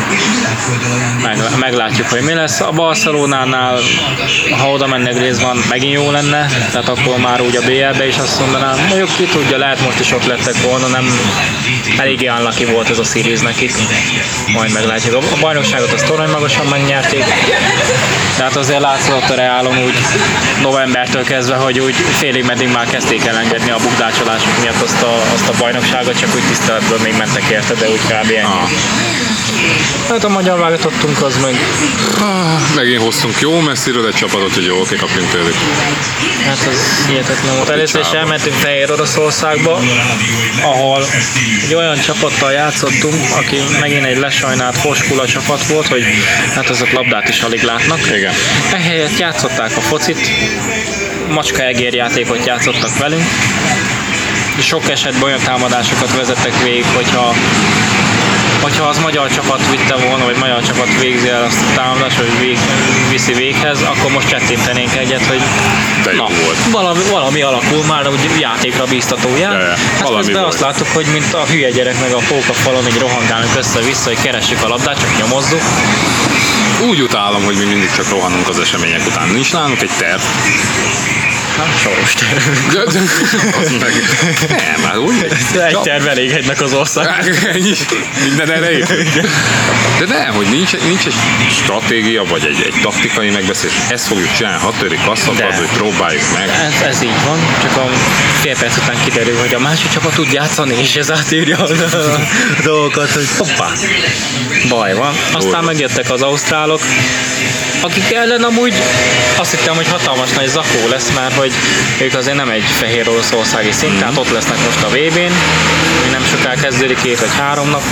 meg, meglátjuk, hogy mi lesz. A Barcelonánál, ha oda menne Griezmann, megint jó lenne, tehát akkor már úgy a bé el-be is azt mondanám, mondjuk ki tudja, lehet most is ott lettek volna, nem eléggé unlucky volt ez a series nekik, majd meglátjuk. A bajnokságot azt torony magasan megnyerték, tehát azért látszott a Realon úgy novembertől kezdve, hogy úgy félig meddig már kezdték elengedni a bukdácsolások miatt azt a, azt a bajnokságot, csak úgy tiszteletből még mentek érte, de úgy kb. Ennyi. Ah. Hát a magyar válogatottunk az meg... Ah, megint hoztunk jó messziről egy csapatot, hogy jól kikapjunk tőlük. Hát az hihetetlen volt. Először is elmentünk Fehér Oroszországba, ahol egy olyan csapattal játszottunk, aki megint egy lesajnált foskula csapat volt, hogy hát azok labdát is alig látnak. Igen. Ehelyett játszották a focit, macska-egér játékot játszottak velünk, és sok esetben olyan támadásokat vezettek végig, hogyha hogyha az magyar csapat vitte volna, vagy magyar csapat végzi el azt a támadást, vagy vég, viszi véghez, akkor most csettintenénk egyet, hogy na, volt. Valami, valami alakul már, úgy játékra bíztatójá. Ja, ja. Hát közben azt láttuk, hogy mint a hülye gyerek meg a pókafalon, így rohangálunk össze-vissza, hogy keressük a labdát, csak nyomozzuk. Úgy utálom, hogy mi mindig csak rohanunk az események után. Nincs nálunk egy terv. Hát, soros terv. meg. Nem, hát úgy. Egy terv elég egynek az ország. Minden erre épül. De ne, hogy nincs, nincs egy stratégia, vagy egy, egy taktikai megbeszélés. Ezt fogjuk csinálni, ha törik azt akar, hogy próbáljuk meg. Ez, ez így van, csak a fél perc után kiderül, hogy a másik csapat tud játszani, és ez átírja a dolgokat, hogy hoppá, baj van. Aztán megjöttek az ausztrálok, akik ellen amúgy azt hittem, hogy hatalmas nagy zakó lesz, mert hogy ők azért nem egy fehér oroszországi szint, mm. tehát ott lesznek most a vé bén, ami nem soká kezdődik, két vagy három nap.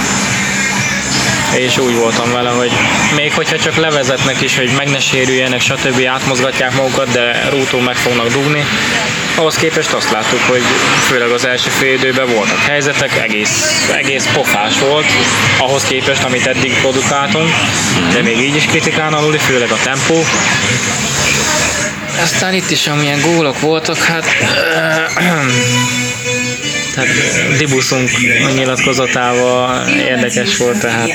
És úgy voltam vele, hogy még hogyha csak levezetnek is, hogy meg ne sérüljenek, stb. Átmozgatják magukat, de rútól meg fognak dugni. Ahhoz képest azt láttuk, hogy főleg az első fél időben voltak helyzetek, egész, egész pofás volt, ahhoz képest, amit eddig produkáltunk, de még így is kritikán aluli, főleg a tempó. Aztán itt is amilyen gólok voltak, hát... Tehát Dibuszunk nyilatkozatával érdekes volt, tehát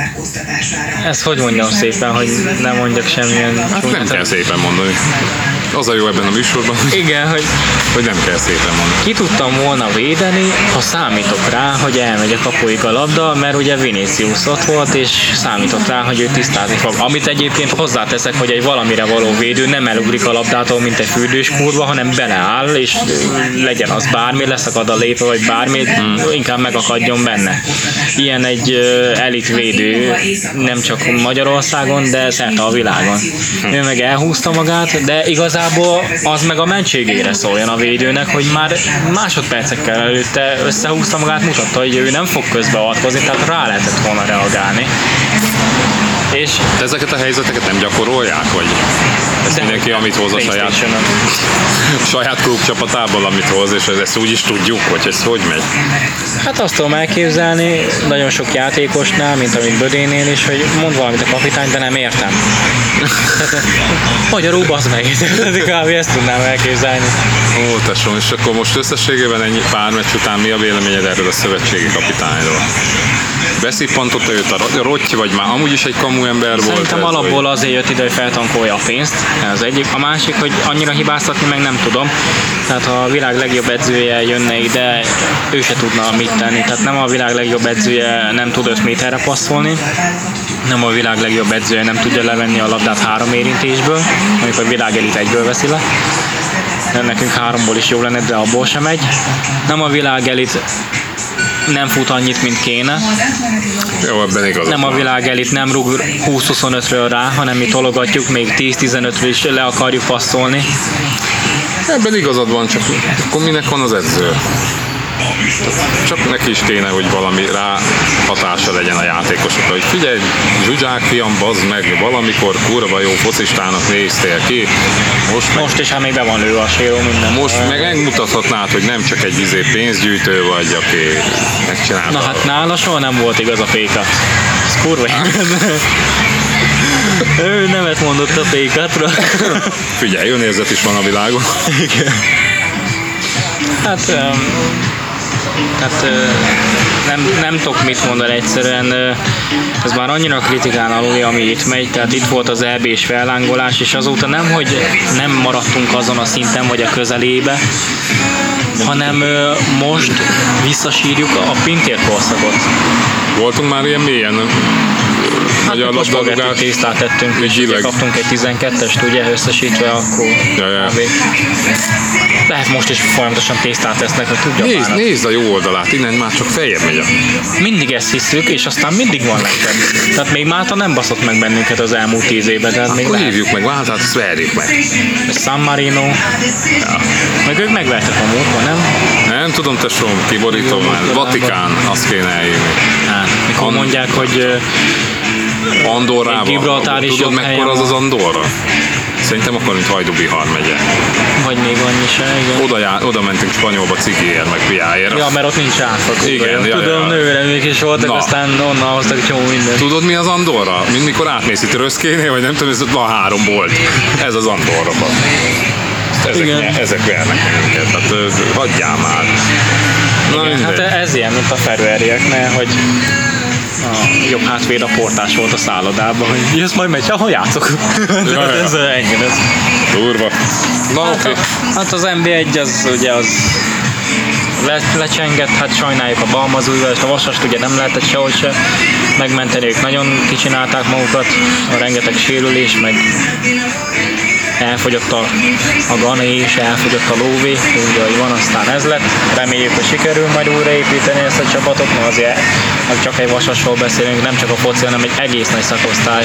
ezt hogy mondjam szépen, hogy nem mondjak semmilyen hát nem kell szépen mondani. Az a jó ebben a műsorban, Igen, hogy hogy nem kell szépen mondani. ki tudtam volna védeni, ha számítok rá, hogy elmegy a kapuig a labda, mert ugye Vinicius ott volt, és számított rá, hogy ő tisztázni fog. Amit egyébként hozzáteszek, hogy egy valamire való védő nem elugrik a labdától, mint egy fürdős kurva, hanem beleáll, és legyen az bármi, leszakad a lépe, vagy bármi, hmm. inkább megakadjon benne. Ilyen egy uh, elit védő, nem csak Magyarországon, de szerte a világon. Hmm. Ő meg elhúzta magát, de igazából az meg a mentségére szóljon a védőnek, hogy már másodpercekkel előtte összehúzta magát, mutatta, hogy ő nem fog közbeavatkozni, tehát rá lehetett volna reagálni. És de ezeket a helyzeteket nem gyakorolják, vagy ez mindenki, amit hoz a saját, saját klub csapatából, amit hoz, és ezt úgy is tudjuk, hogy ez hogy megy? Hát azt tudom elképzelni, nagyon sok játékosnál, mint amit Bödénél is, hogy mond valamit a kapitány, de nem értem. Tehát, magyarul bazd meg, kb. Ezt tudnám elképzelni. Ó, tesóm, és akkor most összességében ennyi pár meccs után mi a véleményed erről a szövetségi kapitányról? Beszippantotta őt a Rotty, vagy már amúgy is egy kamu ember volt? Szerintem alapból azért jött ide, hogy feltankolja a pénzt. Ez egyik. A másik, hogy annyira hibáztatni meg nem tudom. Tehát ha a világ legjobb edzője jönne ide, ő se tudna mit tenni. Tehát nem a világ legjobb edzője nem tud öt méterre passzolni, nem a világ legjobb edzője nem tudja levenni a labdát három érintésből, amikor a világ elit egyből veszi le. Nekünk háromból is jó lenne, de abból sem megy. Nem a világ elit nem fut annyit, mint kéne. Jó, ebben igazad Nem a van. világ elit nem rúg húsz-huszonötről rá, hanem mi tologatjuk, még tíz-tizenötről is le akarjuk passzolni. Ebben igazad van, csak akkor minek van az edző? Csak neki is kéne, hogy valami rá hatása legyen a játékosokra, hogy figyelj, Zsuzsák fiam, bazd meg, valamikor kurva jó focistának néztél ki, most meg, Most is, hát még be van lőve a séró minden. most meg megmutathatnád, hogy nem csak egy izé pénzgyűjtő vagy, aki megcsinálta. Na hát nála soha nem volt igaz a péka. Ez kurva igaz. Ő nemet mondott a pékatra. Figyelj, önérzet is van a világon. Igen. Hát, um, hát uh, nem, nem tudok mit mondani egyszerűen, uh, ez már annyira kritikán alulja, ami itt megy, tehát itt volt az é bé-s fellángolás, és azóta nem, hogy nem maradtunk azon a szinten, vagy a közelébe, hanem uh, most visszasírjuk a Pintér korszakot. Voltunk már ilyen mélyen Hát magyar most spagetti labdarúgás. tésztát tettünk, és Ügyileg. ugye kaptunk egy tizenkettest, ugye, összesítve, akkor Ja, ja. kb. Lehet most is folyamatosan tésztát tesznek, hogy tudja Nézd, bánat. nézd a jó oldalát, innen már csak feljebb megy a... Mindig ezt hiszük, és aztán mindig van lentebb. Tehát még Málta nem baszott meg bennünket az elmúlt tíz évben, tehát még Akkor lehet. hívjuk meg Váltát, ezt verjük meg. San Marino. Ja. Meg ők megvertek a múltban, nem? Nem tudom, tesóm, kiborítom már. Vatikán, azt kéne eljönni. Hát, mikor An- mondják, hogy Egy Andorrában. Gibraltár is Tudod, jobb helyen mekkora az van. az Andorra? Szerintem akkor, mint Hajdú-Bihar megye. vagy még annyi se, igen. Oda, já, oda mentünk Spanyolba cigiért, meg piáért. Ja, mert ott nincs áfak. Igen, ja, Tudom, ja. nőremék is voltak, Na. aztán onnan hoztak csomó mindent. Tudod, mi az Andorra? Mind mikor átmész itt Röszkénél, vagy nem tudom, ez ott van három bolt. Ez az Andorra. Ezek, Igen. nye- ezek vernek minket, hát ö, hagyjál már. Na, Igen, hát mindegy. ez ilyen, mint a ferőerieknél, hogy a jobb hátvéd a portás volt a szállodában, hogy jössz majd megy, ahol játszok. Ja, ja. ez ennyi lesz. Durva. Na Hát, oké. a, hát az en bé egy az ugye az le, lecsengett, hát sajnáljuk a Balmazújval, és a Vasast ugye nem lehetett sehogy se megmenteni, ők nagyon kicsinálták magukat, a rengeteg sérülés, meg elfogyott a, a Gané és elfogyott a Lóvé, úgy ahogy van, aztán ez lett. Reméljük, hogy sikerül majd újraépíteni ezt a csapatot, mert azért az csak egy Vasasról beszélünk, nem csak a foci, hanem egy egész nagy szakosztály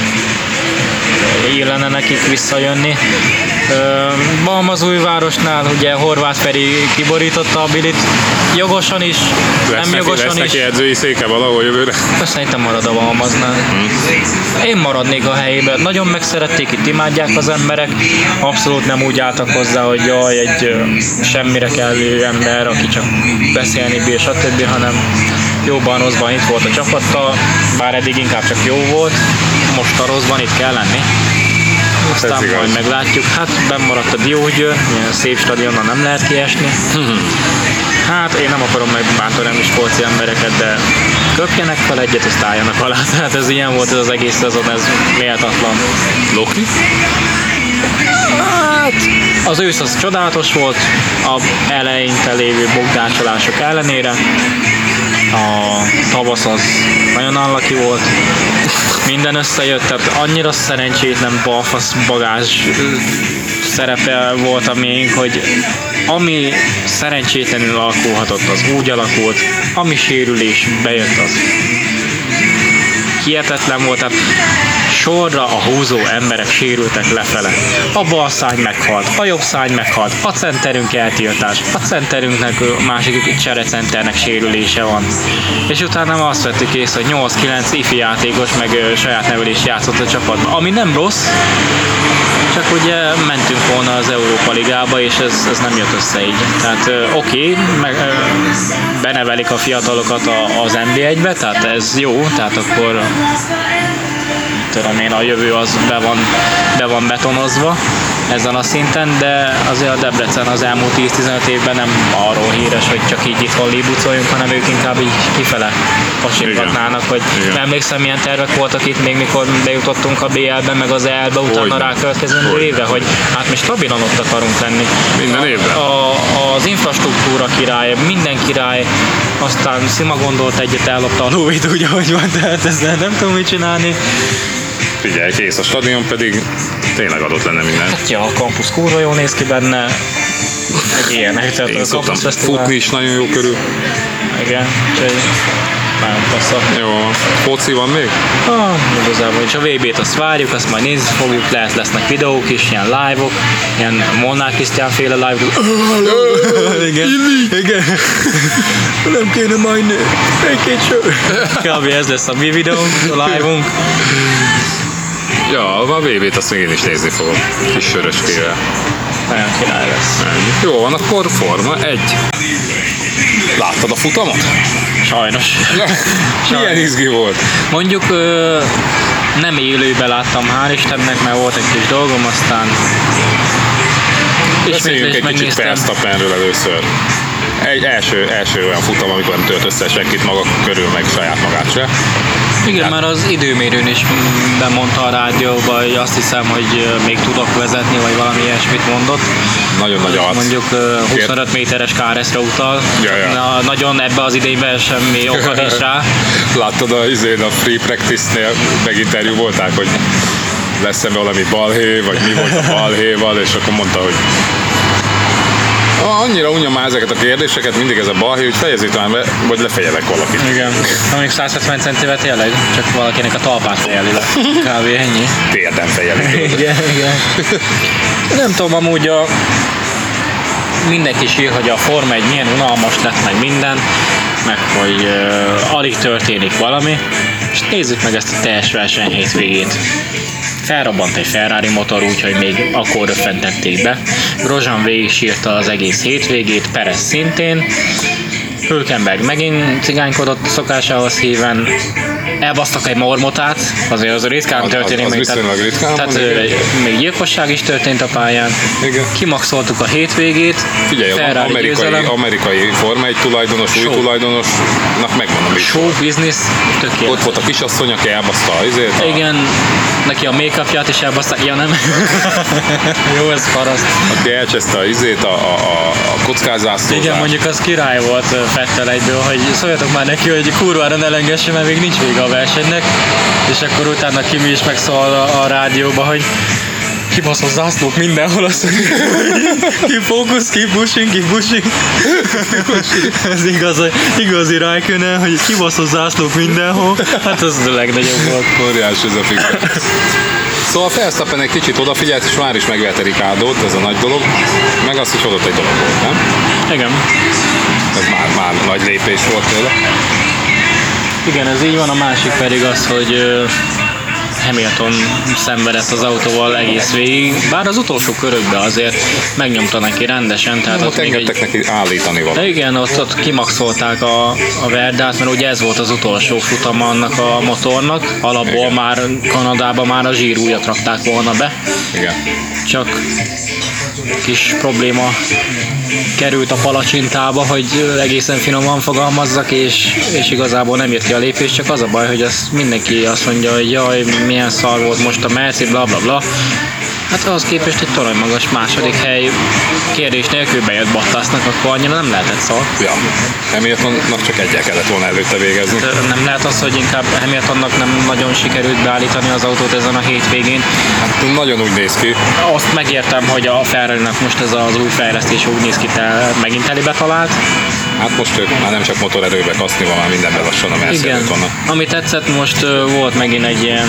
illene nekik visszajönni. Balmazújvárosnál ugye Horváth Feri kiborította a Bilit, jogosan is, Lesz nem neki, jogosan lesz is. neki edzői széke valahol jövőre. Szerintem marad a Balmaznál. Én maradnék a helyében. Nagyon megszerették, itt imádják az emberek. Abszolút nem úgy álltak hozzá, hogy jaj, egy ö, semmire kellő ember, aki csak beszélni bír, stb., hanem jóban, rosszban itt volt a csapattal, bár eddig inkább csak jó volt. Most a rosszban itt kell lenni. Aztán igaz. majd meglátjuk. Hát benn maradt a Diógyőr, ilyen szép stadionnal nem lehet kiesni. Hát én nem akarom megbántani is foci embereket, de köpjenek fel egyet, és álljanak alá. Tehát ez ilyen volt ez az egész szezon, ez méltatlan. Loki? Hát az ősz az csodálatos volt, a eleinte lévő bogdácsolások ellenére. A tavasz az nagyon unlucky volt. Minden összejött, tehát annyira szerencsétlen balfasz bagázs szerepe volt a miénk, hogy ami szerencsétlenül alakulhatott, az úgy alakult, ami sérülés bejött, az hihetetlen volt, tehát sorra a húzó emberek sérültek lefele. A bal szárny meghalt, a jobb szárny meghalt, a centerünk eltiltás, a centerünknek, a másik cserecenternek sérülése van. És utána azt vettük észre, hogy nyolc-kilenc ifi játékos meg saját nevelés játszott a csapatban, ami nem rossz, csak ugye mentünk volna az Európa Ligába, és ez, ez nem jött össze így. Tehát oké, okay, benevelik a fiatalokat a, az en bé egybe, tehát ez jó, tehát akkor tudom én, a jövő az be van, be van betonozva ezen a szinten, de azért a Debrecen az elmúlt tíz-tizenöt évben nem arról híres, hogy csak így itthon líbucoljunk, hanem ők inkább így kifele pacsintgatnának, hogy igen. Emlékszem, milyen tervek voltak itt még, mikor bejutottunk a bé el-be, meg az é el-be, utána rákövetkező évre, hogy hát mi stabilan ott akarunk lenni. Minden évben. A, az infrastruktúra király, minden király, aztán Szima gondolt egyet, ellopta a Nóvit, úgy, ahogy van, tehát ezzel nem tudom mit csinálni. Figyelj, kész a stadion, pedig tényleg adott lenne minden. Hát ja, a campus kurva jól néz ki benne, egy ilyenek, tehát én a szoktam fesztivál. futni is nagyon jó körül. Igen, úgyhogy nagyon passzak. Jó, foci van még? Ah, igazából, és a vé bét azt várjuk, azt majd nézni fogjuk, lehet lesznek videók is, ilyen live-ok, ilyen Molnár Krisztián féle live-ok. Igen, igen. Nem kéne majd egy-két sör. Kb. Ez lesz a mi videónk, a live-unk. Ja, a vé bét azt még én is nézni fogom. Kis söröskével. Nagyon király lesz. Jó van, akkor Forma egy. Láttad a futamot? Sajnos. Milyen izgi volt? Mondjuk ö, nem élőben láttam, hál' Istennek, mert volt egy kis dolgom, aztán Beszéljünk egy kicsit Verstappenről először. Egy első, első olyan futam, amikor nem tört össze senkit maga körül, meg saját magát se. Igen, hát, már az időmérőn is bemondta a rádióban, hogy azt hiszem, hogy még tudok vezetni, vagy valami ilyesmit mondott. Nagyon nagy arc. Mondjuk huszonöt méteres ká er es-re utal. Ja, ja. Na, nagyon ebbe az idényben semmi oka nincs rá. Láttad a, izén, a Free Practice-nél meginterjú volták, hogy lesz-e valami balhé, vagy mi volt a balhéval, és akkor mondta, hogy annyira unja már ezeket a kérdéseket, mindig ez a balhé, hogy fejezzük talán be, vagy lefejelek valakit. Igen. Amíg száz hetven centivel tényleg, csak valakinek a talpát fejeli le. Kb. Ennyi. Térden fejeli. Igen, igen. Nem tudom, amúgy a mindenki sír, hogy a Forma egy milyen unalmas lett, meg minden, meg hogy uh, alig történik valami, és nézzük meg ezt a teljes verseny hétvégét. Felrobbant egy Ferrari motor, úgyhogy még akkor röffentették be. Grosjean végig sírta az egész hétvégét, Perez szintén. Hülkenberg megint cigánykodott szokásához híven. Elbasztak egy marmotát, azért az ritkán Az- történik. az még, viszonylag ritkán tehát van, ö, igen. még gyilkosság is történt a pályán. Igen. Kimaxoltuk a hétvégét. Figyelj, az Ferrari amerikai, győzelem. amerikai Forma egy tulajdonos, új Show. tulajdonosnak megmondom is. Show business, tökéletes. Ott volt a kisasszony, aki elbaszta azért. A, Igen, neki a make-upját is elbaszták. Ja, nem? Jó, ez paraszt. aki elcseszte a izét, a, a, a, a kockázászlózást. Igen, mondjuk az király volt ö, Fettel egyből, hogy szóljatok már neki, hogy kurvára ne lengesse, mert még nincs vége a versenynek, és akkor utána Kimi is megszól a, a rádióba, hogy kibaszott zászlók mindenhol, azt mondja, keep focus, keep pushing, keep pushing. Ez igaz, igazi Raikkonen, hogy kibaszott zászlók mindenhol, hát az a legnagyobb volt. Óriás ez a figura. Szóval Verstappen egy kicsit odafigyelt, és már is megverte Ricardót, ez a nagy dolog, meg azt, hogy hozott egy dolog volt, nem? Igen. Ez már, már nagy lépés volt tőle. Igen, ez így van, a másik pedig az, hogy ö, Hamilton szenvedett az autóval egész végig, bár az utolsó körökben azért megnyomta neki rendesen, tehát Ott ott még engedtek egy... neki állítani valamit. Igen, ott, ott kimaxolták a, a Verdát, mert ugye ez volt az utolsó futama annak a motornak, alapból Igen. már Kanadában már a zsírújat rakták volna be, Igen. csak kis probléma került a palacsintába, hogy egészen finoman fogalmazzak, és, és igazából nem jött ki a lépés, csak az a baj, hogy azt mindenki azt mondja, hogy jaj, milyen szar volt most a Merci, bla bla bla. Hát ahhoz képest egy torony magas második hely kérdés nélkül bejött Bottasnak, akkor annyira nem lehetett szó. Ja, Hamiltonnak csak egyel kellett volna előtte végezni. Nem lehet az, hogy inkább Hamiltonnak nem nagyon sikerült beállítani az autót ezen a hétvégén. Hát nagyon úgy néz ki. Azt megértem, hogy a Ferrari-nak most ez az új fejlesztés úgy néz ki, te megint elébe talált. Hát most ők már nem csak motorerőbe kaszni van, már mindenben lassan a Mercedes vannak. Ami tetszett, most uh, volt megint egy ilyen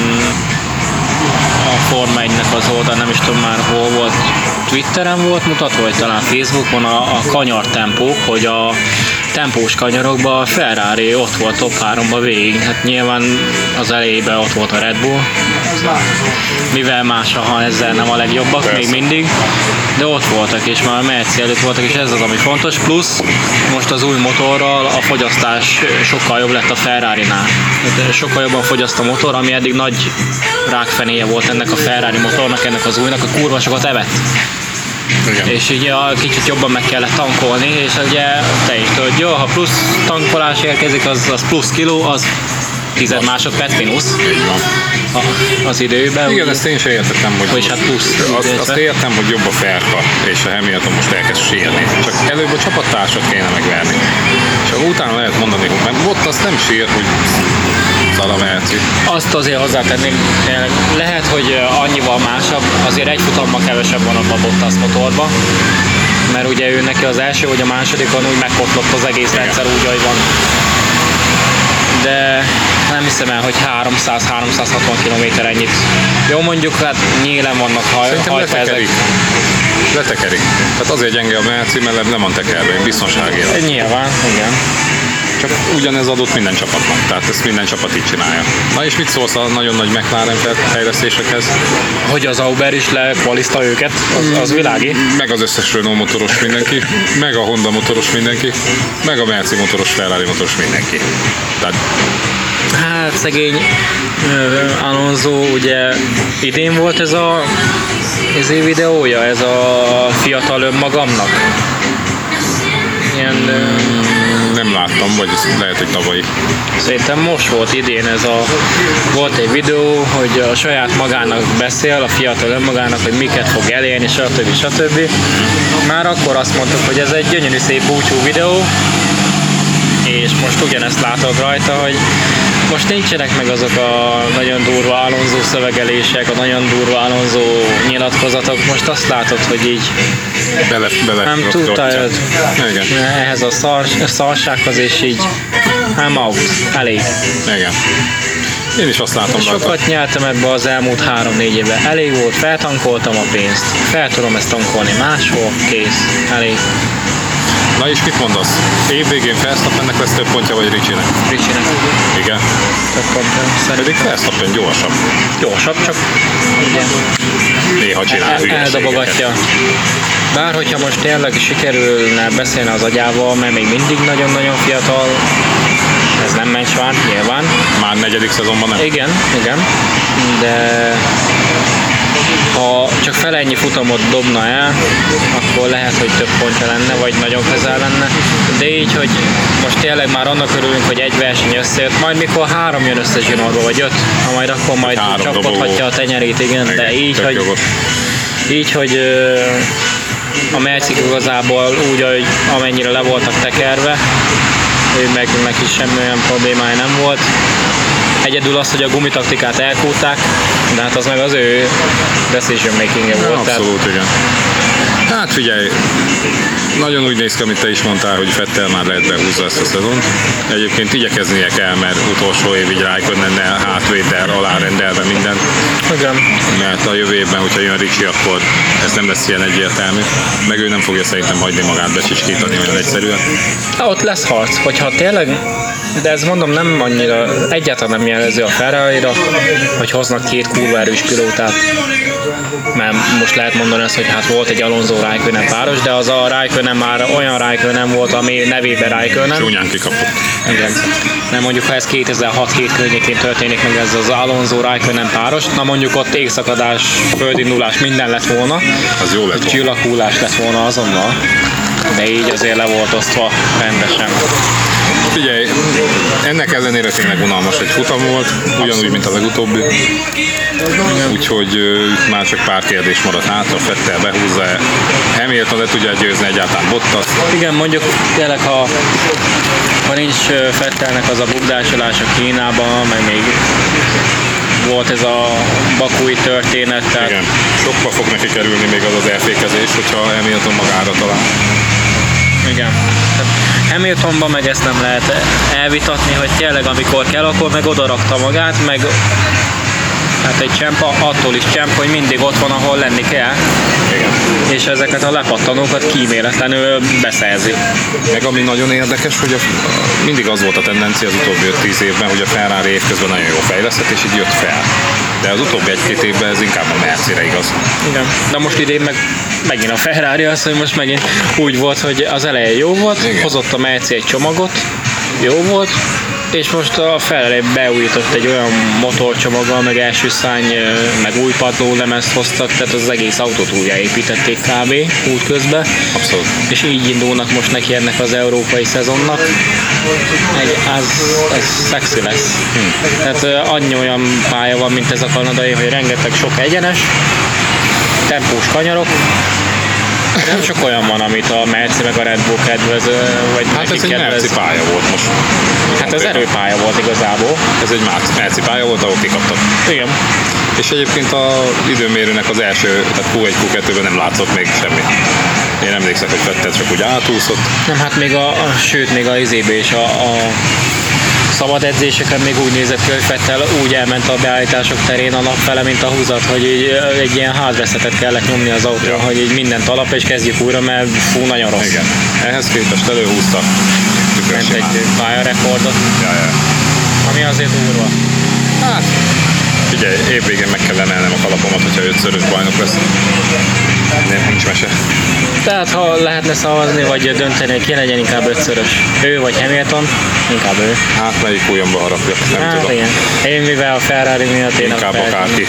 a Forma egynek az oldal, nem is tudom már hol volt, Twitteren volt mutatva, vagy talán Facebookon a, a kanyar tempók, hogy a tempós kanyarokban a Ferrari ott volt top háromba végig. Hát nyilván az elejében ott volt a Red Bull, mivel más, ha ezzel nem a legjobbak, persze, még mindig, de ott voltak, és már a Merci előtt voltak, és ez az, ami fontos, plusz most az új motorral a fogyasztás sokkal jobb lett a Ferrari-nál. Sokkal jobban fogyaszt a motor, ami eddig nagy rákfenéje volt ennek a Ferrari motornak, ennek az újnak, a kurva sokat evett. Igen. És így a, kicsit jobban meg kellett tankolni, és ugye te is tudod, jó, ha plusz tankolás érkezik, az, az plusz kiló, az tíz másodperc mínusz az időben. Igen, ezt én sem értettem, hogy Vagyis hát plusz. Azt, azt értem, hogy jobb a Ferka, és a Hamilton most elkezd sírni. Csak előbb a csapattársat kéne megverni. És akkor utána lehet mondani, hogy mert ott azt nem sír, hogy szala Merci. Azt azért hozzátenném, lehet, hogy annyival másabb, azért egy futammal kevesebb van a Bottas motorba, mert ugye ő neki az első, vagy a másodikon úgy megkotlott az egész rendszer úgy, ahogy van. De nem hiszem el, hogy háromszáz-háromszázhatvan kilométer ennyit. Jó, mondjuk, hát nyílen vannak hajtva ezek. Letekerik. Tehát azért gyenge a Merci, mert nem van tekerve, biztonságért. Nyilván, igen. Csak ugyanez adott minden csapatnak, tehát ezt minden csapat így csinálja. Na és mit szólsz a nagyon nagy McLaren fejlesztésekhez? Hogy az Auber is lekvalizta őket, az, az világi. Meg az összes Renault motoros mindenki, meg a Honda motoros mindenki, meg a Merci motoros, Ferrari motoros mindenki. Tehát hát szegény uh, Alonso, ugye idén volt ez a ez a videója, ez a fiatal önmagamnak. Ilyen uh, nem láttam, vagy lehet, hogy tavalyi. Szerintem most volt idén ez a... Volt egy videó, hogy a saját magának beszél, a fiatal önmagának, hogy miket fog elérni, stb. stb. Már akkor azt mondtuk, hogy ez egy gyönyörű szép búcsú videó, és most ugyanezt látod rajta, hogy most nincsenek meg azok a nagyon durva Alonso szövegelések, a nagyon durva Alonso nyilatkozatok, most azt látod, hogy így bele, bele nem tudta ehhez a szar, szarsághoz, és így I'm out, elég. Igen. Én is azt látom. Sokat rajta. Nyertem ebbe az elmúlt három-négy évben. Elég volt, feltankoltam a pénzt. Fel tudom ezt tankolni máshol, kész, elég. Na és mit mondasz? Év végén Verstappennek lesz több pontja, vagy Riccinek? Riccinek. Igen. Több pontja. Pedig Verstappen gyorsabb. Gyorsabb, csak igen. Néha csinál el, hülyeségeket. Eldobogatja. Bár hogyha most tényleg sikerülne beszélni az agyával, mert még mindig nagyon-nagyon fiatal, ez nem mencsvár, nyilván. Már negyedik szezonban nem? Igen, igen. De ha csak fele ennyi futamot dobna el, akkor lehet, hogy több pontja lenne, vagy nagyon közel lenne. De így, hogy most tényleg már annak örülünk, hogy egy verseny összejött, majd mikor három jön össze zsinórba, vagy öt, ha majd akkor majd csapkodhatja a tenyerét, igen, igen, de így, hogy, így, hogy a Mercik igazából úgy, hogy amennyire le voltak tekerve, ő meg neki semmi olyan problémája nem volt. Egyedül az, hogy a gumitaktikát elkúrták, de hát az meg az ő decision making-e volt. Abszolút, tehát... igen. Hát figyelj, nagyon úgy néz ki, amit te is mondtál, hogy Vettel már lehet behúzza ezt a szezont. Egyébként igyekeznie kell, mert utolsó év így Raikkonennel hátvéddel, alárendelve minden. Igen. Mert a jövő évben, hogyha jön Ricci, akkor ez nem lesz ilyen egyértelmű. Meg ő nem fogja szerintem hagyni magát becsicskítani olyan egyszerűen. Ott lesz harc, hogyha tényleg, de ez mondom nem annyira, egyáltalán nem jellemző a Ferrari-ra, hogy hoznak két kurva erős pilótát. Mert most lehet mondani azt, hogy hát volt egy Alonso Raikkonen páros, de az a Raikkonen már olyan Raikkonen volt, ami nevében Raikkonen. Csúnyán kikapott. Igen. Nem mondjuk, ha ez kétezer-hat-hét környékén történik meg ez az Alonso Raikkonen páros, na mondjuk ott égszakadás, földindulás, minden lett volna. Az jó lett volna. Csillaghulás lett volna azonnal. de így azért le volt osztva rendesen. Figyelj, ennek ellenére tényleg unalmas egy futam volt, ugyanúgy, mint a legutóbbi. Úgyhogy uh, már csak pár kérdés maradt hátra, Vettel behúzza-e, Hamilton le tudja győzni egyáltalán Bottas. Igen, mondjuk tényleg, ha, ha nincs Vettelnek az a bukdácsolása Kínában, meg még volt ez a bakúi történet. Tehát... Igen, sokba fog neki kerülni még az az elfékezés, hogyha Hamilton magára talál. Igen. Hamiltonban meg ezt nem lehet elvitatni, hogy tényleg amikor kell, akkor meg odarakta magát, meg hát egy csempa attól is csemp, hogy mindig ott van, ahol lenni kell. Igen. És ezeket a lepattanókat kíméletlenül beszerzi. Meg ami nagyon érdekes, hogy a, mindig az volt a tendencia az utóbbi öt-tíz évben, hogy a Ferrari évközben nagyon jó fejlesztett, és így jött fel. De az utóbbi egy-két évben ez inkább a Mercire igaz. Igen. De most idén meg megint a Ferrari az, hogy most megint úgy volt, hogy az elején jó volt, igen. Hozott a Merci egy csomagot, jó volt, és most a Ferrari beújított egy olyan motorcsomaggal, meg első szárny, meg új padlólemezt hoztak, tehát az egész autót újjáépítették kb. Útközben. Abszolút. És így indulnak most neki ennek az európai szezonnak. Egy, az, az szexi lesz. Hm. Tehát annyi olyan pálya van, mint ez a kanadai, hogy rengeteg sok egyenes, tempós kanyarok. Nem sok olyan van, amit a Merci meg a Red Bull kedvező, vagy hát ez egy kedvez. Merci pálya volt most. Hát ez erőpálya volt igazából. Ez egy Merci pálya volt, ahol kikaptak. Igen. És egyébként az időmérőnek az első, tehát Q egy Q kettőben nem látszott még semmi. Én emlékszek, hogy Vettel csak úgy átúszott. Nem, hát még a, a sőt, még a izébe és a, a szabad edzéseken még úgy nézett ki, hogy Vettel úgy elment a beállítások terén a nap fele, mint a húzat, hogy így, egy ilyen hardresetet kellett nyomni az autón, ja. Hogy így mindent alap és kezdjük újra, mert fú, nagyon rossz. Igen. Ehhez képest előhúzta. Ment egy pályarekordot, ja, ja. ami azért durva. Hát, figyelj, évvégén meg kell emelnem a kalapomat, hogyha ötszörös bajnok lesz. Nem, nincs mese. Tehát ha lehetne szavazni, vagy dönteni, hogy ki legyen inkább ötszörös. Ő vagy Hamilton, inkább ő. Hát melyik ujjamba harapjak, nem hát, tudom. Igen. Én mivel a Ferrari miatt én inkább akárki.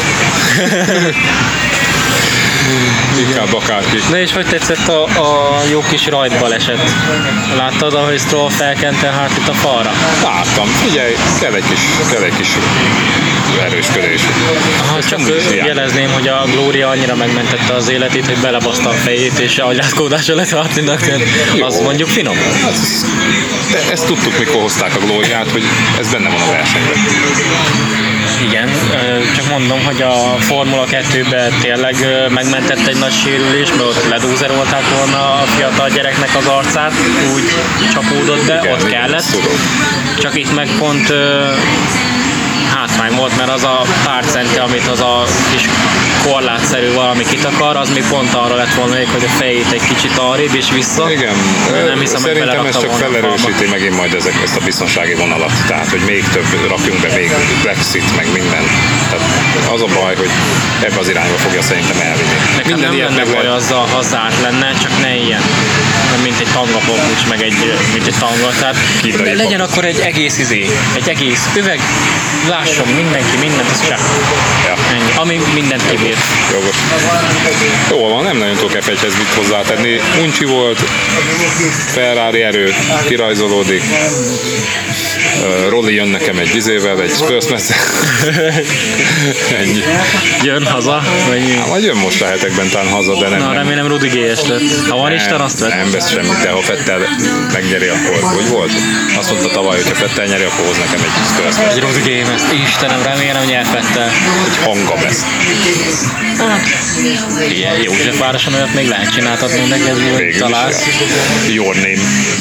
Inkább akárki. De és hogy tetszett a, a jó kis rajtbaleset? Láttad, ahogy Stroll felkente Hartit a falra? Láttam. Figyelj, kell egy kis, kell egy kis erősködés. Aha, csak jelezném, hogy a Gloria annyira megmentette az életét, hogy belebaszta a fejét, és agylászkódása lett Hartinak. Az mondjuk finom. Az, de ezt tudtuk, mikor hozták a Glóriát, hogy ez benne van a versenyben. Igen, csak mondom, hogy a Formula kettőben tényleg megmentett egy nagy sérülés, mert ott ledózerolták volna a fiatal gyereknek az arcát, úgy csapódott be, igen, ott kellett. Csak itt meg pont hátrány volt, mert az a pár centi, amit az a kis korlátszerű valami kitakar, az még pont arra lett volna, hogy a fejét egy kicsit arrébb és vissza. Igen, nem hiszem, szerintem ez csak felerősíti megint majd ezek, ezt a biztonsági vonalat, tehát hogy még több rakjunk be, még Brexit, meg minden. Tehát az a baj, hogy ebbe az irányba fogja szerintem elvinni. Nekem minden nem lenne baj lehet... azzal, ha zárt lenne, csak ne ilyen. Mint egy tanga papucs, meg egy, mint egy tanga. Tehát legyen papucs. Akkor egy egész izé, egy egész üveg, lásson mindenki mindent, ez csak ja. Ennyi. Ami mindent kibír. Jogos. Jól van, nem nagyon tudok F egyhez mit hozzátenni. Uncsi volt, Ferrari erő, kirajzolódik. Uh, Rolli jön nekem egy izével, egy Spurs-messze. Ennyi. Jön haza? Vagy... Hát, jön most a hetekben talán haza, de nem. Na, remélem Rudi G-es lett. Ha van nem, Isten, azt vett. Nem vesz semmit, de ha Vettel megnyeri, akkor hogy volt? Azt mondta tavaly, hogy ha Vettel nyeri, akkor hoz nekem egy Spurs-messze. Egy Rudi G-ezt. Istenem, remélem nyert Vettel. Egy hanga lesz. Hát, ilyen Józsefvároson olyat még lehet csináltatni neked, hogy találsz. Your name.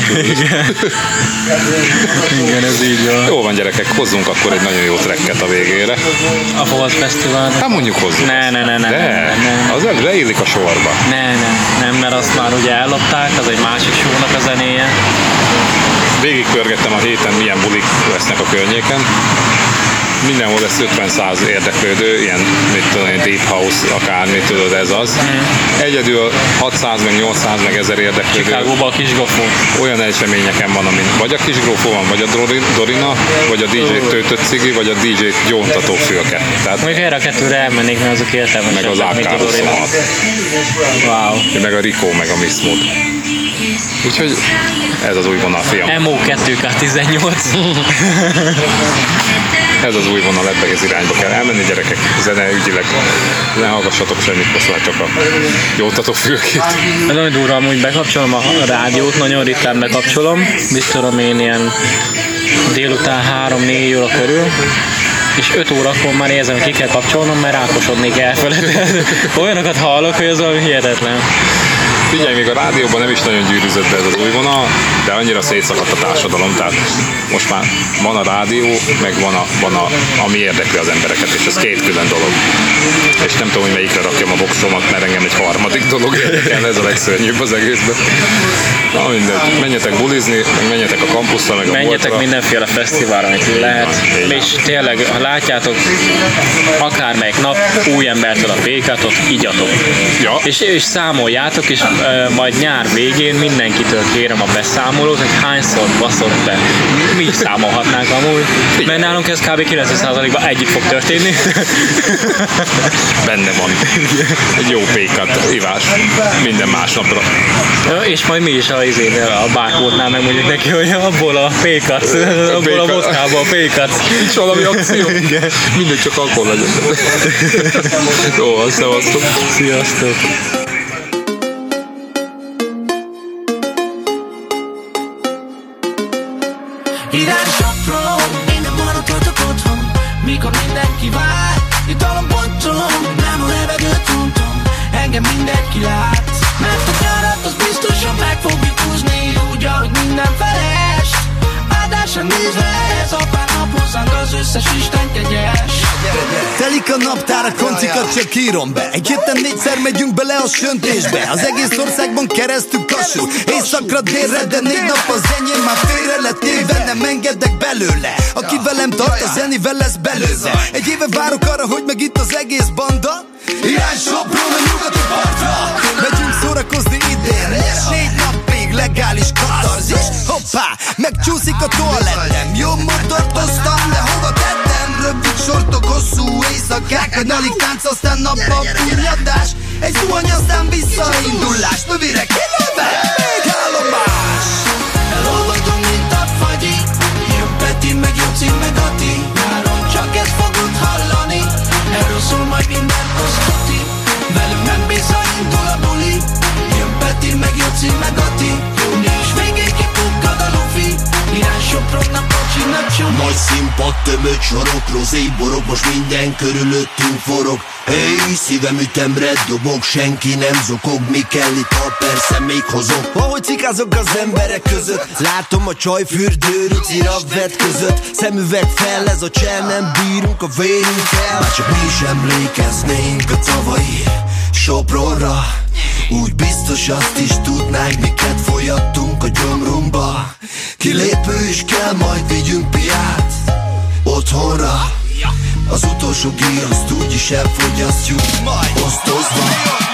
Igen, ez így van. Jó van, gyerekek, hozzunk akkor egy nagyon jó tracket a végére. A Volt Fesztivál. Hát mondjuk hozzunk. Ne, ne, ne, ne. De, ne, ne. az leillik a sorba. Ne, ne, nem, mert azt már ugye ellopták, az egy másik show-nak a zenéje. Végigpörgettem a héten, milyen bulik lesznek a környéken. Mindenhol lesz ötven-száz érdeklődő, ilyen, mit tudom én, Deep House, akármi, tudod, ez az. Mm. Egyedül hatszáz, meg nyolcszáz, meg ezer érdeklődő. Chicagóban a Kisgrófó. Olyan eseményeken van, amin vagy a Kisgrófó van, vagy a Dorina, vagy a dé jé Töltött Cigi, vagy a dé jé Gyóntató Fülke. Tehát mondjuk erre a kettőre elmennék, mert azok értelmesek, meg az mint a Dorina. Wow. Meg a Rico, meg a Miss Mood. Úgyhogy ez az új vonal, fiam. em o kettő ká tizennyolc. Ez az új vonal, ebbe az irányba kell elmenni, gyerekek, zene ügyileg. Ne hallgassatok semmit, most már csak a jótatok fülkét. Nagyon durva, amúgy bekapcsolom a rádiót, nagyon ritkán bekapcsolom. Mit tudom én, ilyen délután három-négy óra körül. És öt órakor már érzem, hogy ki kell kapcsolnom, mert rákosodnék elfeledett. Olyanokat hallok, hogy az valami hihetetlen. Figyelj, még a rádióban nem is nagyon gyűrűzött be ez az új vonal, de annyira szétszakadt a társadalom, tehát most már van a rádió, meg van, a, van a, ami érdekli az embereket, és ez két külön dolog. És nem tudom, hogy melyikre rakjam a voksomat, mert engem egy harmadik dolog érdekel, ez a legszörnyűbb az egészben. Na mindegy, menjetek bulizni, meg menjetek a kampuszra, meg a Menjetek boltra. mindenféle fesztiválra, amit lehet. És tényleg, ha látjátok akármelyik nap új embertől a pékátot, igyatok. Ja. És, és számoljátok, és uh, majd nyár végén mindenkitől kérem a beszámolót, hogy hányszor baszott be. Mi, mi is számolhatnánk amúgy, mert nálunk ez kb. kilencven százalékban együtt fog történni. Benne van egy jó pékat, ivás minden másnapra. És majd mi is a izénél, a bárkódnál megmondjuk neki, hogy abból a pékat, abból a vodkából a pékat. Nincs valami akció? Mindegy, csak akkor legyen. Jó, szevasztok. Sziasztok! Irány sopron, én nem maradhatok otthon, mikor mindenki vár. Italom ponton, nem a levegőt untom, engem mindenki lát. Mert a nyarat az biztosan meg fogjuk húzni, úgy, ahogy minden felest. Áldásra nézve ez apám nap hozzánk az összes Isten kegyes. Telik a naptár, a koncikat csak írom be. Egy héten négyszer megyünk bele a söntésbe. Az egész országban keresztül kasul, északra délre, de négy nap az enyém már félre lett éve. Nem engedek belőle, aki velem tart, az zenivel lesz belőle. Egy éve várok arra, hogy meg itt az egész banda. Irány Sopron a nyugati partra, megyünk szórakozni idén. És négy nap még legális katarzis. Hoppá, megcsúszik a toalettem. Jó motort hoztam, de hova tettem? Rövid sortok, hosszú éjszakák, egy alig tánc, aztán nappal fúrnyadás. Egy zuhany, aztán visszaindulás. Növérek, kilőve, még állomás. Elolvadom, mint a fagyi, jön Peti, meg Jóci, meg Ati. Nyáron csak ezt fogod hallani, erről szól majd minden osztati. Velünk nem bizonyindul a buli, jön Peti, meg Jóci, meg Ati. Június végén kipukkad a lufi, Irány Sopronnak kocsi nagy csumi. Nagy színpad, tömött sorok, rozé borok, most minden körülöttünk forog. Hey, szívem ütemre dobog, senki nem zokog, mi kell itt, ha persze még hozok. Ahogy cikázok az emberek között, látom a csajfürdő rucira vetközött. Szemüveg fel, ez a csel, nem bírunk a vérünkkel. Már csak mi is emlékeznénk a tavalyi Sopronra. Úgy biztos azt is tudnánk, miket folyattunk a gyomrunkba. Kilépő is kell, majd vigyünk piát otthonra. Az utolsó díjaszt úgyis elfogyasztjuk, majd osztozva.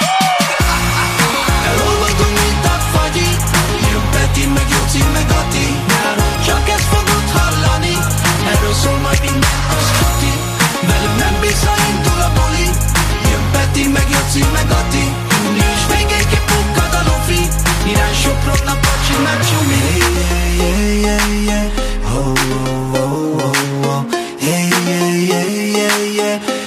Elolvadom, mint a fagyi, jön Peti, meg Jóci, meg Ati. Nyáron csak ezt fogod hallani, erről szól majd minden osztati. Velünk nem bizonyindul a buli, jön Peti, meg Jóci, meg Ati. Június végén kipukkad a lufi, Irány Sopronnak kocsi nagy csumi. Yeah, yeah, yeah, oh, oh, oh, oh, oh. Yeah, yeah, yeah, yeah, yeah.